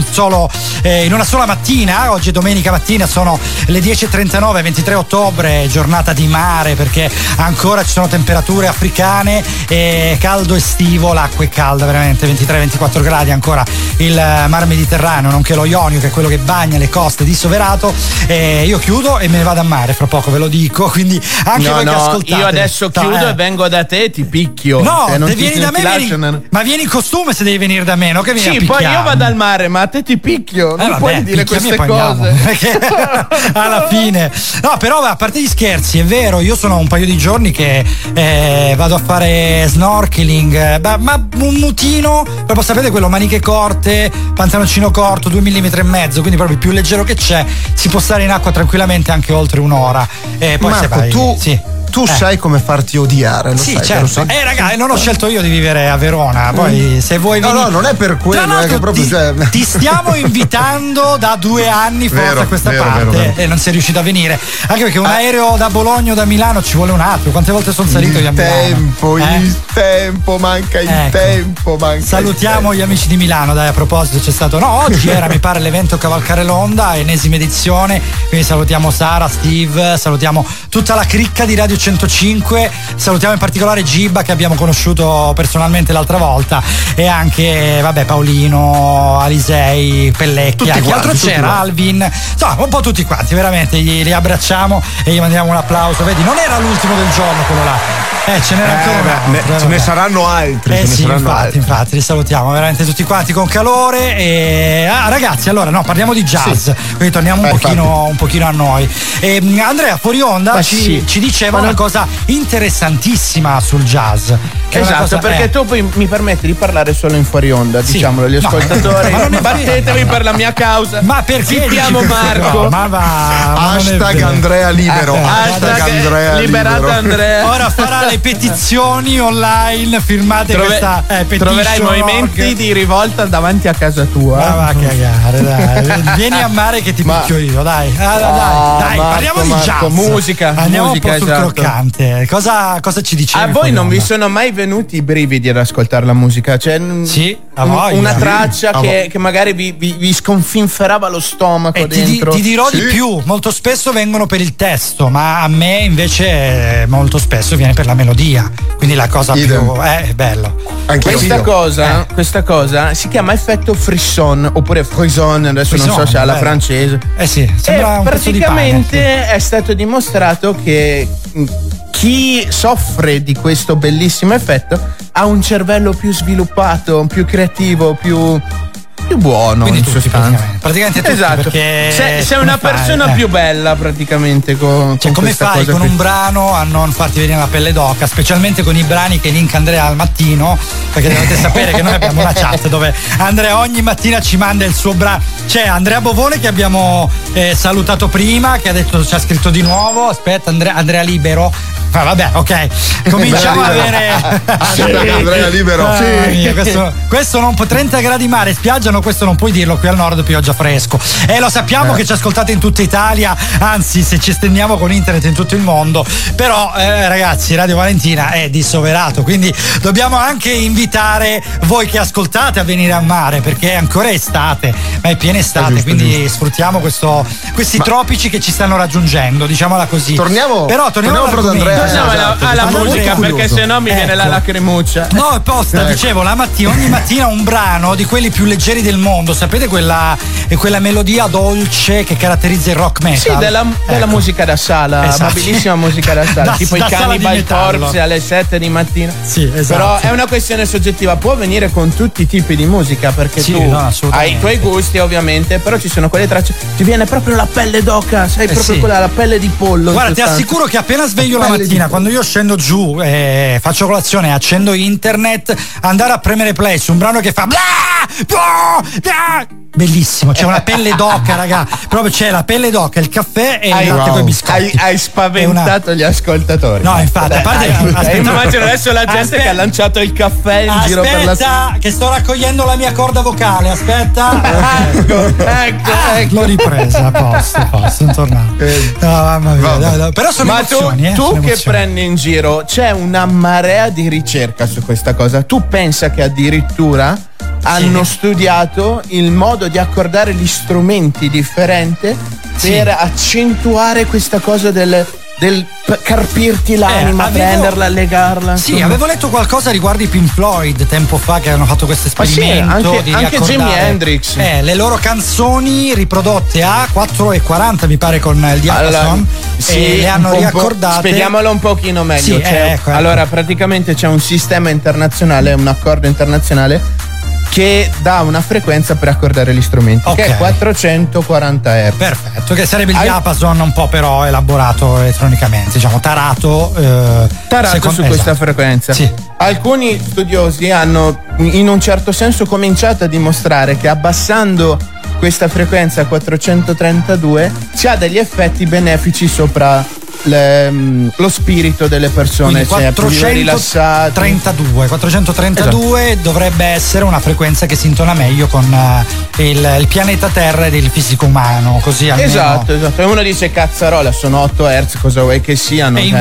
sola mattina. Oggi è domenica mattina, sono le 10:39, 23 ottobre, giornata di mare perché ancora ci sono temperature africane e caldo estivo, l'acqua è calda veramente, 23-24 gradi ancora il mar Mediterraneo, nonché lo Ionio che è quello che bagna le coste di Soverato. Io chiudo e me ne vado a mare fra poco, ve lo dico, quindi anche voi che ascoltate. Io adesso chiudo e vengo da te e ti picchio. No, vieni da me, ma vieni in costume se devi venire da me, no? Che vieni sì, poi io vado al mare, ma a te ti picchio. Non puoi dire queste cose. Perché alla fine. No, però a parte gli scherzi, è vero, io sono un paio di giorni che vado a fare snorkeling, ma un nutino, proprio sapete quello, maniche corte, pantaloncino corto, 2,5 mm, quindi proprio più leggero che c'è, si può stare in acqua tranquillamente anche oltre un'ora. E poi Marco, se vai, tu sai come farti odiare, lo sì, sai, certo. lo sai. Raga, non ho scelto io di vivere a Verona. Poi se vuoi No, non è per quello, è che proprio ti stiamo invitando da 2 anni forse a questa parte vero. E non sei riuscito a venire. Anche perché un aereo da Bologna o da Milano ci vuole un attimo. Quante volte sono salito io a Milano? Il tempo, manca il tempo. Salutiamo gli amici di Milano, dai, a proposito c'è stato. No, oggi era mi pare l'evento Cavalcare l'Onda, ennesima edizione. Quindi salutiamo Sara, Steve, salutiamo tutta la cricca di Radio 105, salutiamo in particolare Gibba che abbiamo conosciuto personalmente l'altra volta e anche Paolino, Alisei, Pellecchia, chi altro c'era? Alvin, insomma un po' tutti quanti, veramente li abbracciamo e gli mandiamo un applauso. Vedi, non era l'ultimo del giorno quello là, ce n'era ancora ce ne saranno altri, infatti li salutiamo veramente tutti quanti con calore. E ragazzi, allora parliamo di jazz, quindi torniamo un pochino a noi. Andrea fuori onda ci diceva una cosa interessantissima sul jazz. Esatto, perché tu poi mi permetti di parlare solo in fuori onda, diciamolo agli ascoltatori. Battetevi per la mia causa. Ma perché? Zippiamo Marco. Hashtag Andrea libero. Hashtag Andrea liberato Andrea. Ora farà le petizioni online, firmate questa petizione. Troverai movimenti di rivolta davanti a casa tua. Ma va a cagare, dai. Vieni a mare che ti picchio io, dai. Dai, parliamo di jazz. Musica. Andiamo un po' sul croccante. Cosa ci dicevi? A voi non vi sono mai venuti i brividi ad ascoltare la musica? Cioè, una traccia che magari vi sconfinferava lo stomaco dentro? Ti dirò di più, molto spesso vengono per il testo, ma a me invece molto spesso viene per la melodia. Quindi la cosa più è bello. Questa cosa si chiama effetto frisson oppure frisson, adesso non so se è la francese. Sembra un pezzo di pane. Praticamente è stato dimostrato che chi soffre di questo bellissimo effetto ha un cervello più sviluppato, più creativo, più buono. Quindi in sostanza. Praticamente tutti, esatto. Sei una persona più bella praticamente con come fai con un brano a non farti venire la pelle d'oca, specialmente con i brani che link Andrea al mattino, perché dovete sapere che noi abbiamo una chat dove Andrea ogni mattina ci manda il suo brano. C'è Andrea Bovone che abbiamo salutato prima, che ha detto, ci ha scritto di nuovo, aspetta, Andrea Libero. Vabbè, ok, cominciamo a avere Andrea Libero. Questo non può, 30 gradi mare, spiaggia, no, questo non puoi dirlo qui al nord, pioggia fresco. E lo sappiamo che ci ascoltate in tutta Italia, anzi se ci estendiamo con internet in tutto il mondo. Però ragazzi, Radio Valentina è di Soverato, quindi dobbiamo anche invitare voi che ascoltate a venire a mare, perché è ancora estate, ma è piena estate, quindi sfruttiamo questi tropici che ci stanno raggiungendo, diciamola così. Torniamo ad Andrea. Alla musica, perché sennò mi viene la lacrimuccia. No, apposta, dicevo, ogni mattina un brano di quelli più leggeri del mondo. Sapete quella melodia dolce che caratterizza il rock metal? Sì, della musica da sala, amabilissima musica da sala, tipo i Cannibal Corpse alle 7 di mattina. Sì, esatto. Però è una questione soggettiva, può venire con tutti i tipi di musica, perché tu hai i tuoi gusti ovviamente, però ci sono quelle tracce, ti viene proprio la pelle d'oca, sai, proprio quella, la pelle di pollo. Guarda, ti assicuro che appena sveglio la mattina, quando io scendo giù e faccio colazione, accendo internet, andare a premere play su un brano che fa bellissimo, c'è una pelle d'oca, raga, proprio c'è la pelle d'oca, il caffè e il latte con i biscotti. Hai spaventato gli ascoltatori. No, infatti, a parte immagino adesso la gente che ha lanciato il caffè in giro per la Aspetta, che sto raccogliendo la mia corda vocale, aspetta. Ecco. L'ho ripresa, a posto, sono tornato. No, mamma mia, dai. Però sono emozioni, tu sono che emozioni. prendi in giro, c'è una marea di ricerca su questa cosa. Tu pensa che addirittura hanno studiato il modo di accordare gli strumenti differente per accentuare questa cosa del carpirti l'anima, prenderla, legarla. Sì, avevo letto qualcosa riguardo i Pink Floyd tempo fa che hanno fatto questo esperimento di anche Jimi Hendrix. Le loro canzoni riprodotte a 4,40 mi pare con il diapason, e le hanno riaccordate. Spieghiamolo un pochino meglio. Sì, ecco. Allora, praticamente c'è un sistema internazionale, un accordo internazionale che dà una frequenza per accordare gli strumenti, che è 440 Hz. Perfetto, che sarebbe il diapason un po' però elaborato elettronicamente, diciamo tarato su questa frequenza. Sì. Alcuni studiosi hanno in un certo senso cominciato a dimostrare che abbassando questa frequenza a 432 si ha degli effetti benefici sopra lo spirito delle persone, cioè più rilassati. 432 esatto. Dovrebbe essere una frequenza che si intona meglio con il pianeta Terra ed il fisico umano, così almeno. Esatto. E uno dice cazzarola, sono 8 Hz, cosa vuoi che siano? E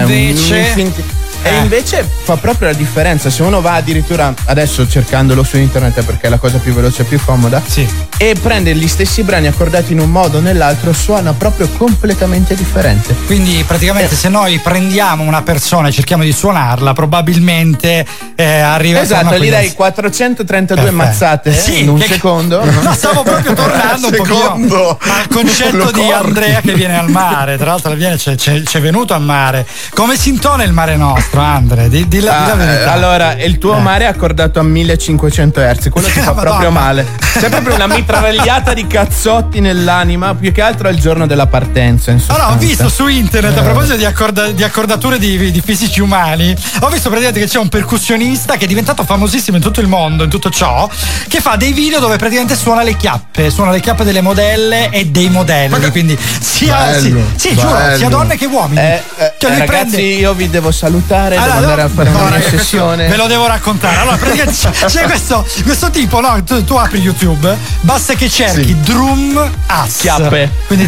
invece fa proprio la differenza. Se uno va addirittura adesso cercandolo su internet, perché è la cosa più veloce e più comoda, e prende gli stessi brani accordati in un modo o nell'altro, suona proprio completamente differente. Quindi praticamente se noi prendiamo una persona e cerchiamo di suonarla, probabilmente arriva esatto, gli dai 432 mazzate in un secondo. No, stavo proprio tornando un pochino al concetto di Andrea che viene al mare. Tra l'altro c'è venuto al mare. Come si intona il Mare Nostro, Andre? Di la verità. Allora, il tuo mare è accordato a 1500 Hz, quello ti fa proprio male. C'è proprio una mitragliata di cazzotti nell'anima, più che altro al giorno della partenza. Allora, ho visto su internet, a proposito di accordature di fisici umani, ho visto praticamente che c'è un percussionista che è diventato famosissimo in tutto il mondo, in tutto ciò, che fa dei video dove praticamente suona le chiappe delle modelle e dei modelli, quindi sia donne che uomini. Ragazzi, io vi devo salutare, devo andare a fare una sessione. Ve lo devo raccontare. Allora, praticamente c'è questo tipo, no? Tu apri YouTube, basta che cerchi drum ass. Chiappe. Quindi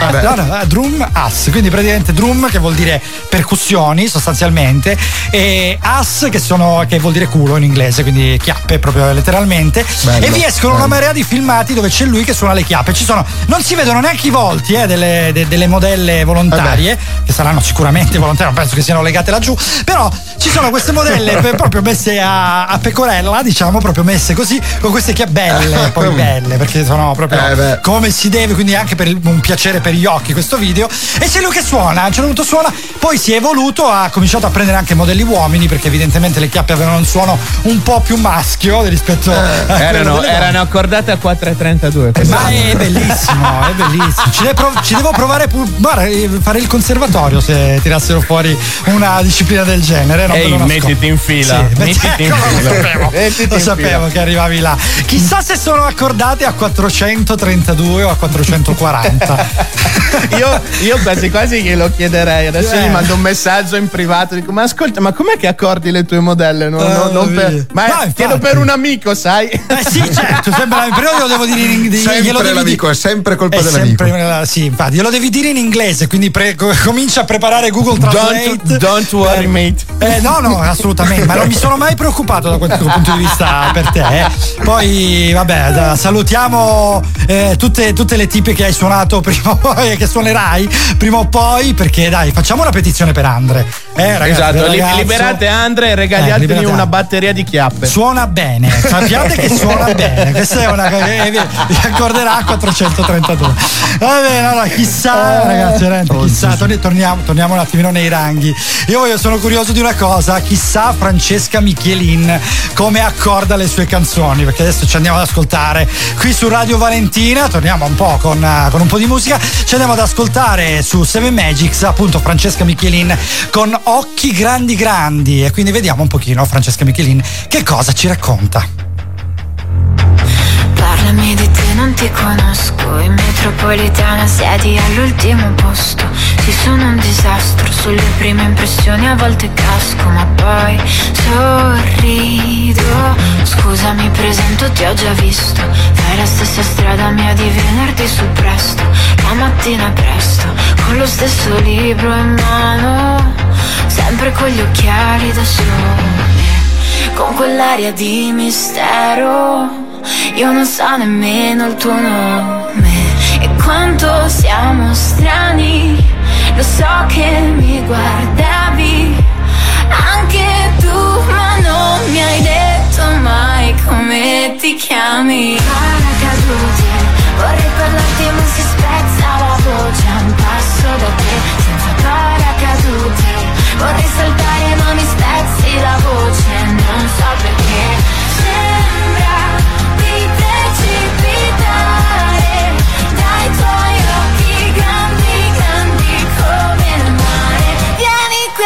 drum ass, quindi praticamente drum che vuol dire percussioni sostanzialmente, e ass che vuol dire culo in inglese, quindi chiappe proprio letteralmente. Bello, e vi escono una marea di filmati dove c'è lui che suona le chiappe. Non si vedono neanche i volti delle modelle volontarie, che saranno sicuramente volontarie, non penso che siano legate laggiù, però ci sono queste modelle proprio messe a pecorella, diciamo, proprio messe così con queste chiappelle poi belle, perché sono proprio come si deve, quindi anche per un piacere per gli occhi questo video. E c'è lui che suona, a un certo punto suona, poi si è evoluto, ha cominciato a prendere anche modelli uomini, perché evidentemente le chiappe avevano un suono un po' più maschio rispetto a erano accordate a 4,32. Ma è bellissimo. Ci devo provare fare il conservatorio se tirassero fuori una disciplina del genere. Mettiti in fila. Lo sapevo che arrivavi là. Chissà se sono accordate a 432 o a 440. Io quasi glielo chiederei. Adesso gli mando un messaggio in privato, dico: ma ascolta, ma com'è che accordi le tue modelle? Chiedo per un amico, sai? Sì, certo, però glielo devo dire in inglese. L'amico, è sempre colpa dell'amico. Sì, infatti, glielo devi dire in inglese, quindi comincia a preparare Google Translate. Don't worry, mate. No, assolutamente, ma non mi sono mai preoccupato da questo punto di vista per te. Poi, vabbè, salutiamo tutte le tipe che hai suonato prima o poi e che suonerai prima o poi, perché dai, facciamo una petizione per Andre. Ragazzi, esatto, liberate Andre e regaliateli una batteria di chiappe. Suona bene, sappiate che suona bene. Questa è una che vi accorderà a 432. Va bene, allora chissà, ragazzi, chissà, torniamo un attimino nei ranghi. Io sono curioso di una cosa, chissà Francesca Michelin come accorda le sue canzoni, perché adesso ci andiamo ad ascoltare qui su Radio Valentina, torniamo un po' con un po' di musica, ci andiamo ad ascoltare su Seven Magics appunto Francesca Michelin con Occhi grandi, e quindi vediamo un pochino Francesca Michelin che cosa ci racconta. Parlami di te, non ti conosco, in metropolitana siedi all'ultimo posto. Sì, sono un disastro, sulle prime impressioni a volte casco, ma poi sorrido. Scusa, mi presento, ti ho già visto. Fai la stessa strada mia di venerdì sul presto, la mattina presto, con lo stesso libro in mano, sempre con gli occhiali da sole, con quell'aria di mistero. Io non so nemmeno il tuo nome e quanto siamo strani. Lo so che mi guardavi anche tu, ma non mi hai detto mai come ti chiami. Paracadute, vorrei parlarti ma si spezza la voce a un passo da te, senza paracadute. Vorrei saltare ma mi spezzi la voce, non so perché. Sembra di precipitare dai tuoi occhi grandi, grandi come il mare. Vieni qui,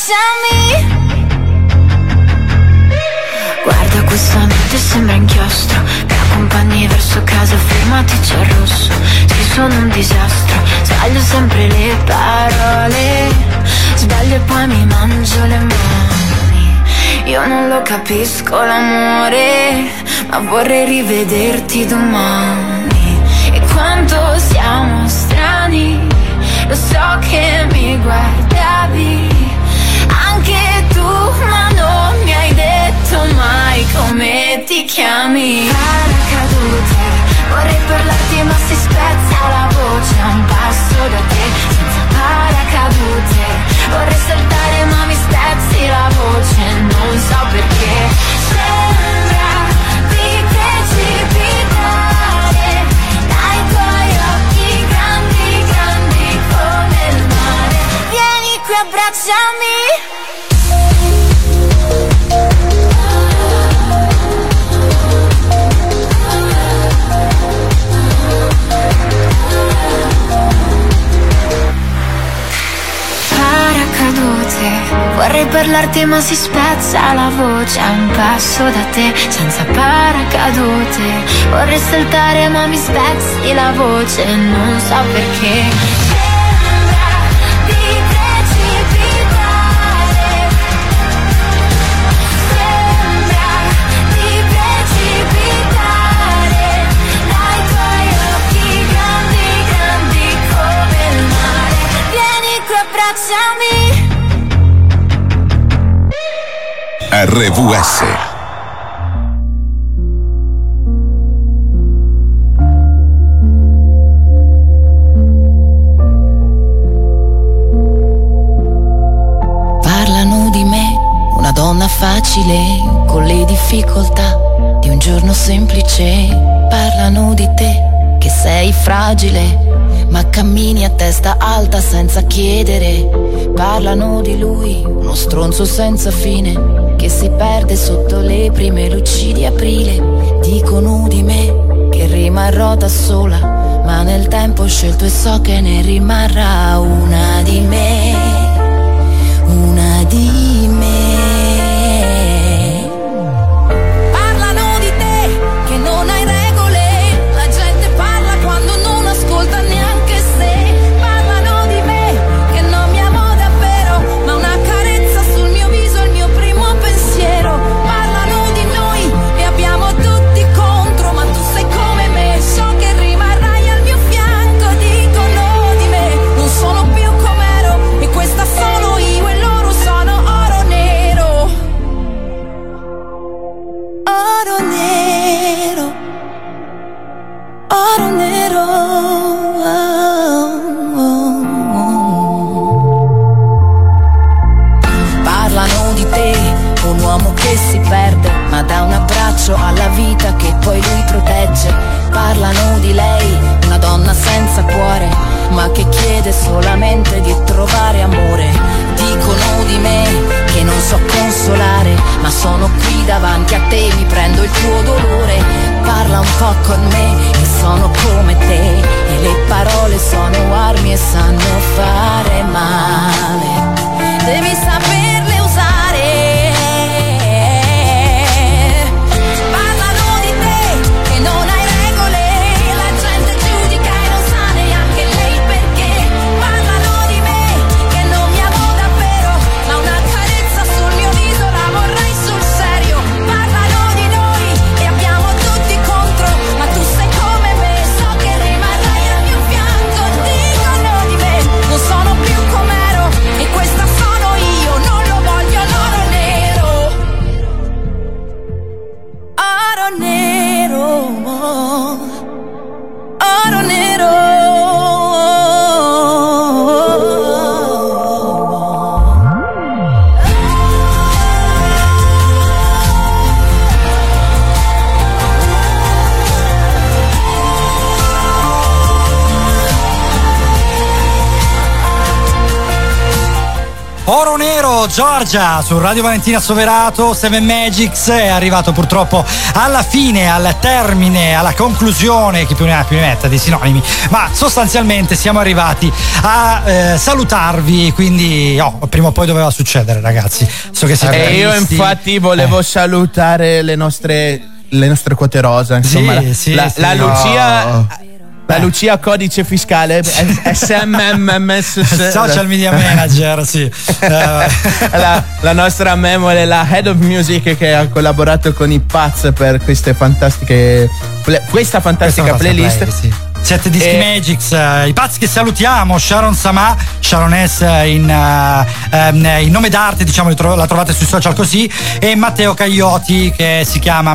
abbracciami. Guarda, questa notte sembra inchiostro, mi accompagni verso casa, fermati, c'è il rosso. Sì, sono un disastro, sbaglio sempre le parole, sbaglio e poi mi mangio le mani. Io non lo capisco l'amore, ma vorrei rivederti domani. E quanto siamo strani, lo so che mi guardavi anche tu, ma non mi hai detto mai come ti chiami. Paracadute, vorrei parlarti ma si spezza la voce a un passo da te, senza paracadute. Vorrei saltare ma mi spezzi la voce, non so perché. Sembra di precipitare dai tuoi occhi grandi, grandi come il mare. Vieni qui, abbracciami. Vorrei parlarti ma si spezza la voce a un passo da te, senza paracadute. Vorrei saltare ma mi spezzi la voce, non so perché. RVS. Parlano di me, una donna facile, con le difficoltà di un giorno semplice. Parlano di te, che sei fragile, ma cammini a testa alta senza chiedere. Parlano di lui, uno stronzo senza fine, che si perde sotto le prime luci di aprile. Dicono di me che rimarrò da sola, ma nel tempo ho scelto e so che ne rimarrà una di me, una di me. Parlano di te, che non hai regole, la gente parla quando non ascolta neanche se. Parlano di me, che non mi amo davvero, ma una carezza sul mio viso è il mio primo pensiero. Parlano di noi, e abbiamo tutti contro, ma tu sei come me, so che rimarrai al mio fianco. Dicono di me, non sono più com'ero, e questa sono io e loro sono oro nero. Oro nero, oro nero. Parlano di te, un uomo che si perde, ma dà un abbraccio alla vita che poi lui protegge. Parlano di lei, una donna senza cuore, ma che chiede solamente di trovare amore. Dicono di me che non so consolare, ma sono qui davanti a te, mi prendo il tuo dolore. Parla un po' con me, che sono come te, e le parole sono armi e sanno fare male. Devi saperle usare. Parlano di te, che non hai regole, la Oro Nero, Giorgia, su Radio Valentina Soverato. Seven Magics è arrivato purtroppo alla fine, al termine, alla conclusione, chi più ne ha più ne metta di sinonimi, ma sostanzialmente siamo arrivati a salutarvi, quindi prima o poi doveva succedere, ragazzi. So che siete io infatti volevo salutare le nostre quote rosa, insomma, la Lucia. La Lucia codice fiscale, SMMS Social Media Manager, sì. La nostra memore, la Head of Music, che ha collaborato con i Paz per questa fantastica playlist. Sì. 7 dischi Magics, i Paz che salutiamo, Sharon Sama, Sharon S in nome d'arte, diciamo, la trovate sui social così, e Matteo Caglioti che si chiama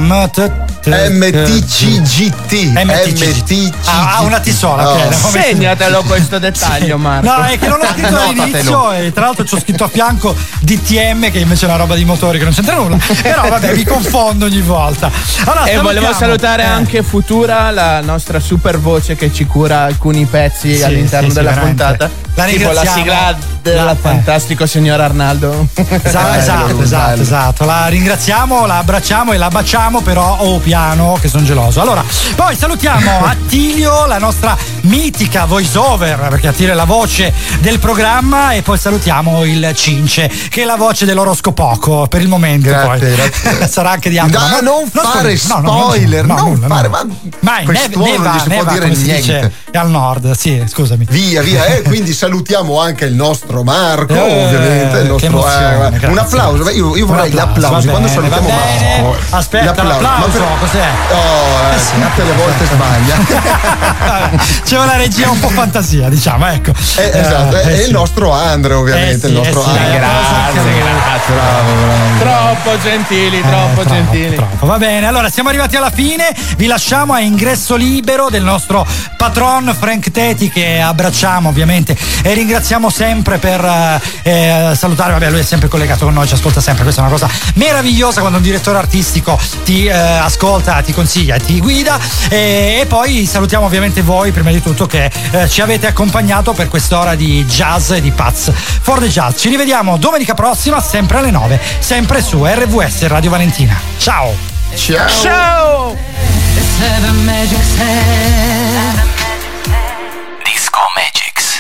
MTCGT. Una T sola, ok. Segnatelo questo dettaglio, Marco. No, è che non l'ho scritto all'inizio e tra l'altro ci ho scritto a fianco DTM, che invece è una roba di motori che non c'entra nulla. Però vabbè, mi confondo ogni volta. Allora, e volevo salutare anche Futura, la nostra super voce che ci cura alcuni pezzi all'interno della puntata. Tipo la sigla del fantastico signor Arnaldo. Esatto. La ringraziamo, la abbracciamo e la baciamo, però piano che sono geloso. Allora, poi salutiamo Attilio, la nostra mitica voice over, perché Attilio è la voce del programma, e poi salutiamo il Cince, che è la voce dell'oroscopoco per il momento. Grazie. Sarà anche di altro. Non fare spoiler, mai, neva, si può dire niente. È al nord, sì, scusami. Via. Quindi salutiamo anche il nostro Marco, ovviamente. Il nostro, un applauso. Io vorrei gli applausi quando salutiamo Marco. Aspetta, l'applauso, cos'è? Tutte le volte sbaglia. C'è una regia un po' fantasia, diciamo, ecco. Esatto, e il nostro Andre, ovviamente. Il nostro Andre. Grazie. Troppo gentili. Troppo. Va bene, allora siamo arrivati alla fine. Vi lasciamo a ingresso libero del nostro patron Frank Teti, che abbracciamo ovviamente e ringraziamo sempre per salutare. Vabbè, lui è sempre collegato con noi, ci ascolta sempre. Questa è una cosa meravigliosa quando un direttore artistico ti ascolta, ti consiglia e ti guida. E poi salutiamo ovviamente voi prima di tutto, che ci avete accompagnato per quest'ora di jazz e di Paz for the Jazz. Ci rivediamo domenica prossima, sempre alle 9, sempre su RVS Radio Valentina. Ciao. Disco Magics.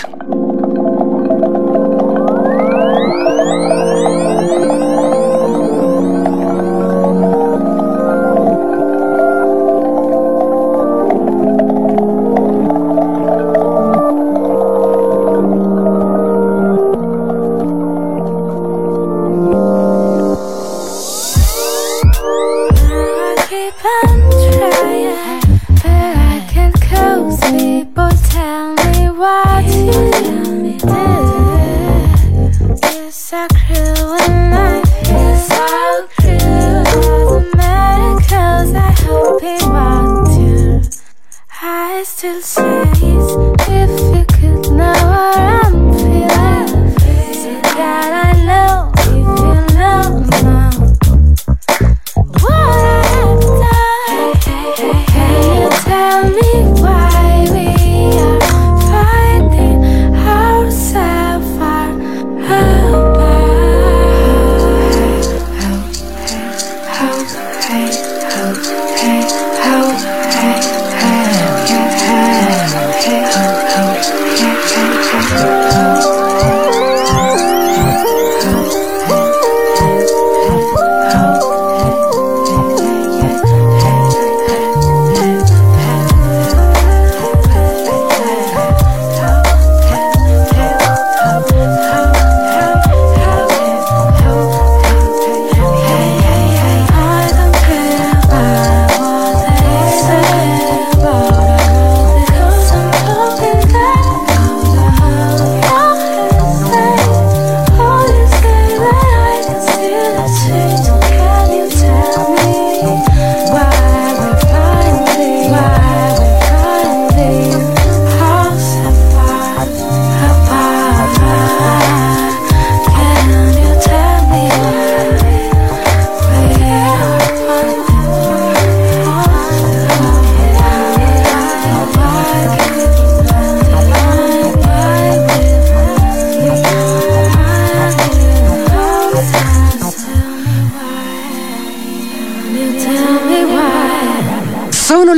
Keep on trying, but I can't come.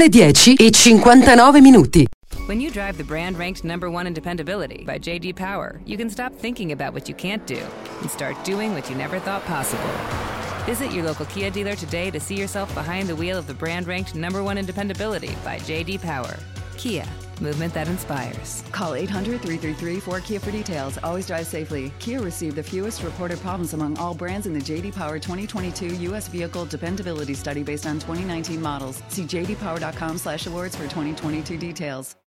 le 10:59. When you drive the brand ranked #1 in dependability by J.D. Power, you can stop thinking about what you can't do and start doing what you never thought possible. Visit your local Kia dealer today to see yourself behind the wheel of the brand ranked #1 in dependability by J.D. Power. Kia, movement that inspires. Call 800-333-4KIA for details. Always drive safely. Kia received the fewest reported problems among all brands in the J.D. Power 2022 U.S. Vehicle Dependability Study based on 2019 models. See jdpower.com/awards for 2022 details.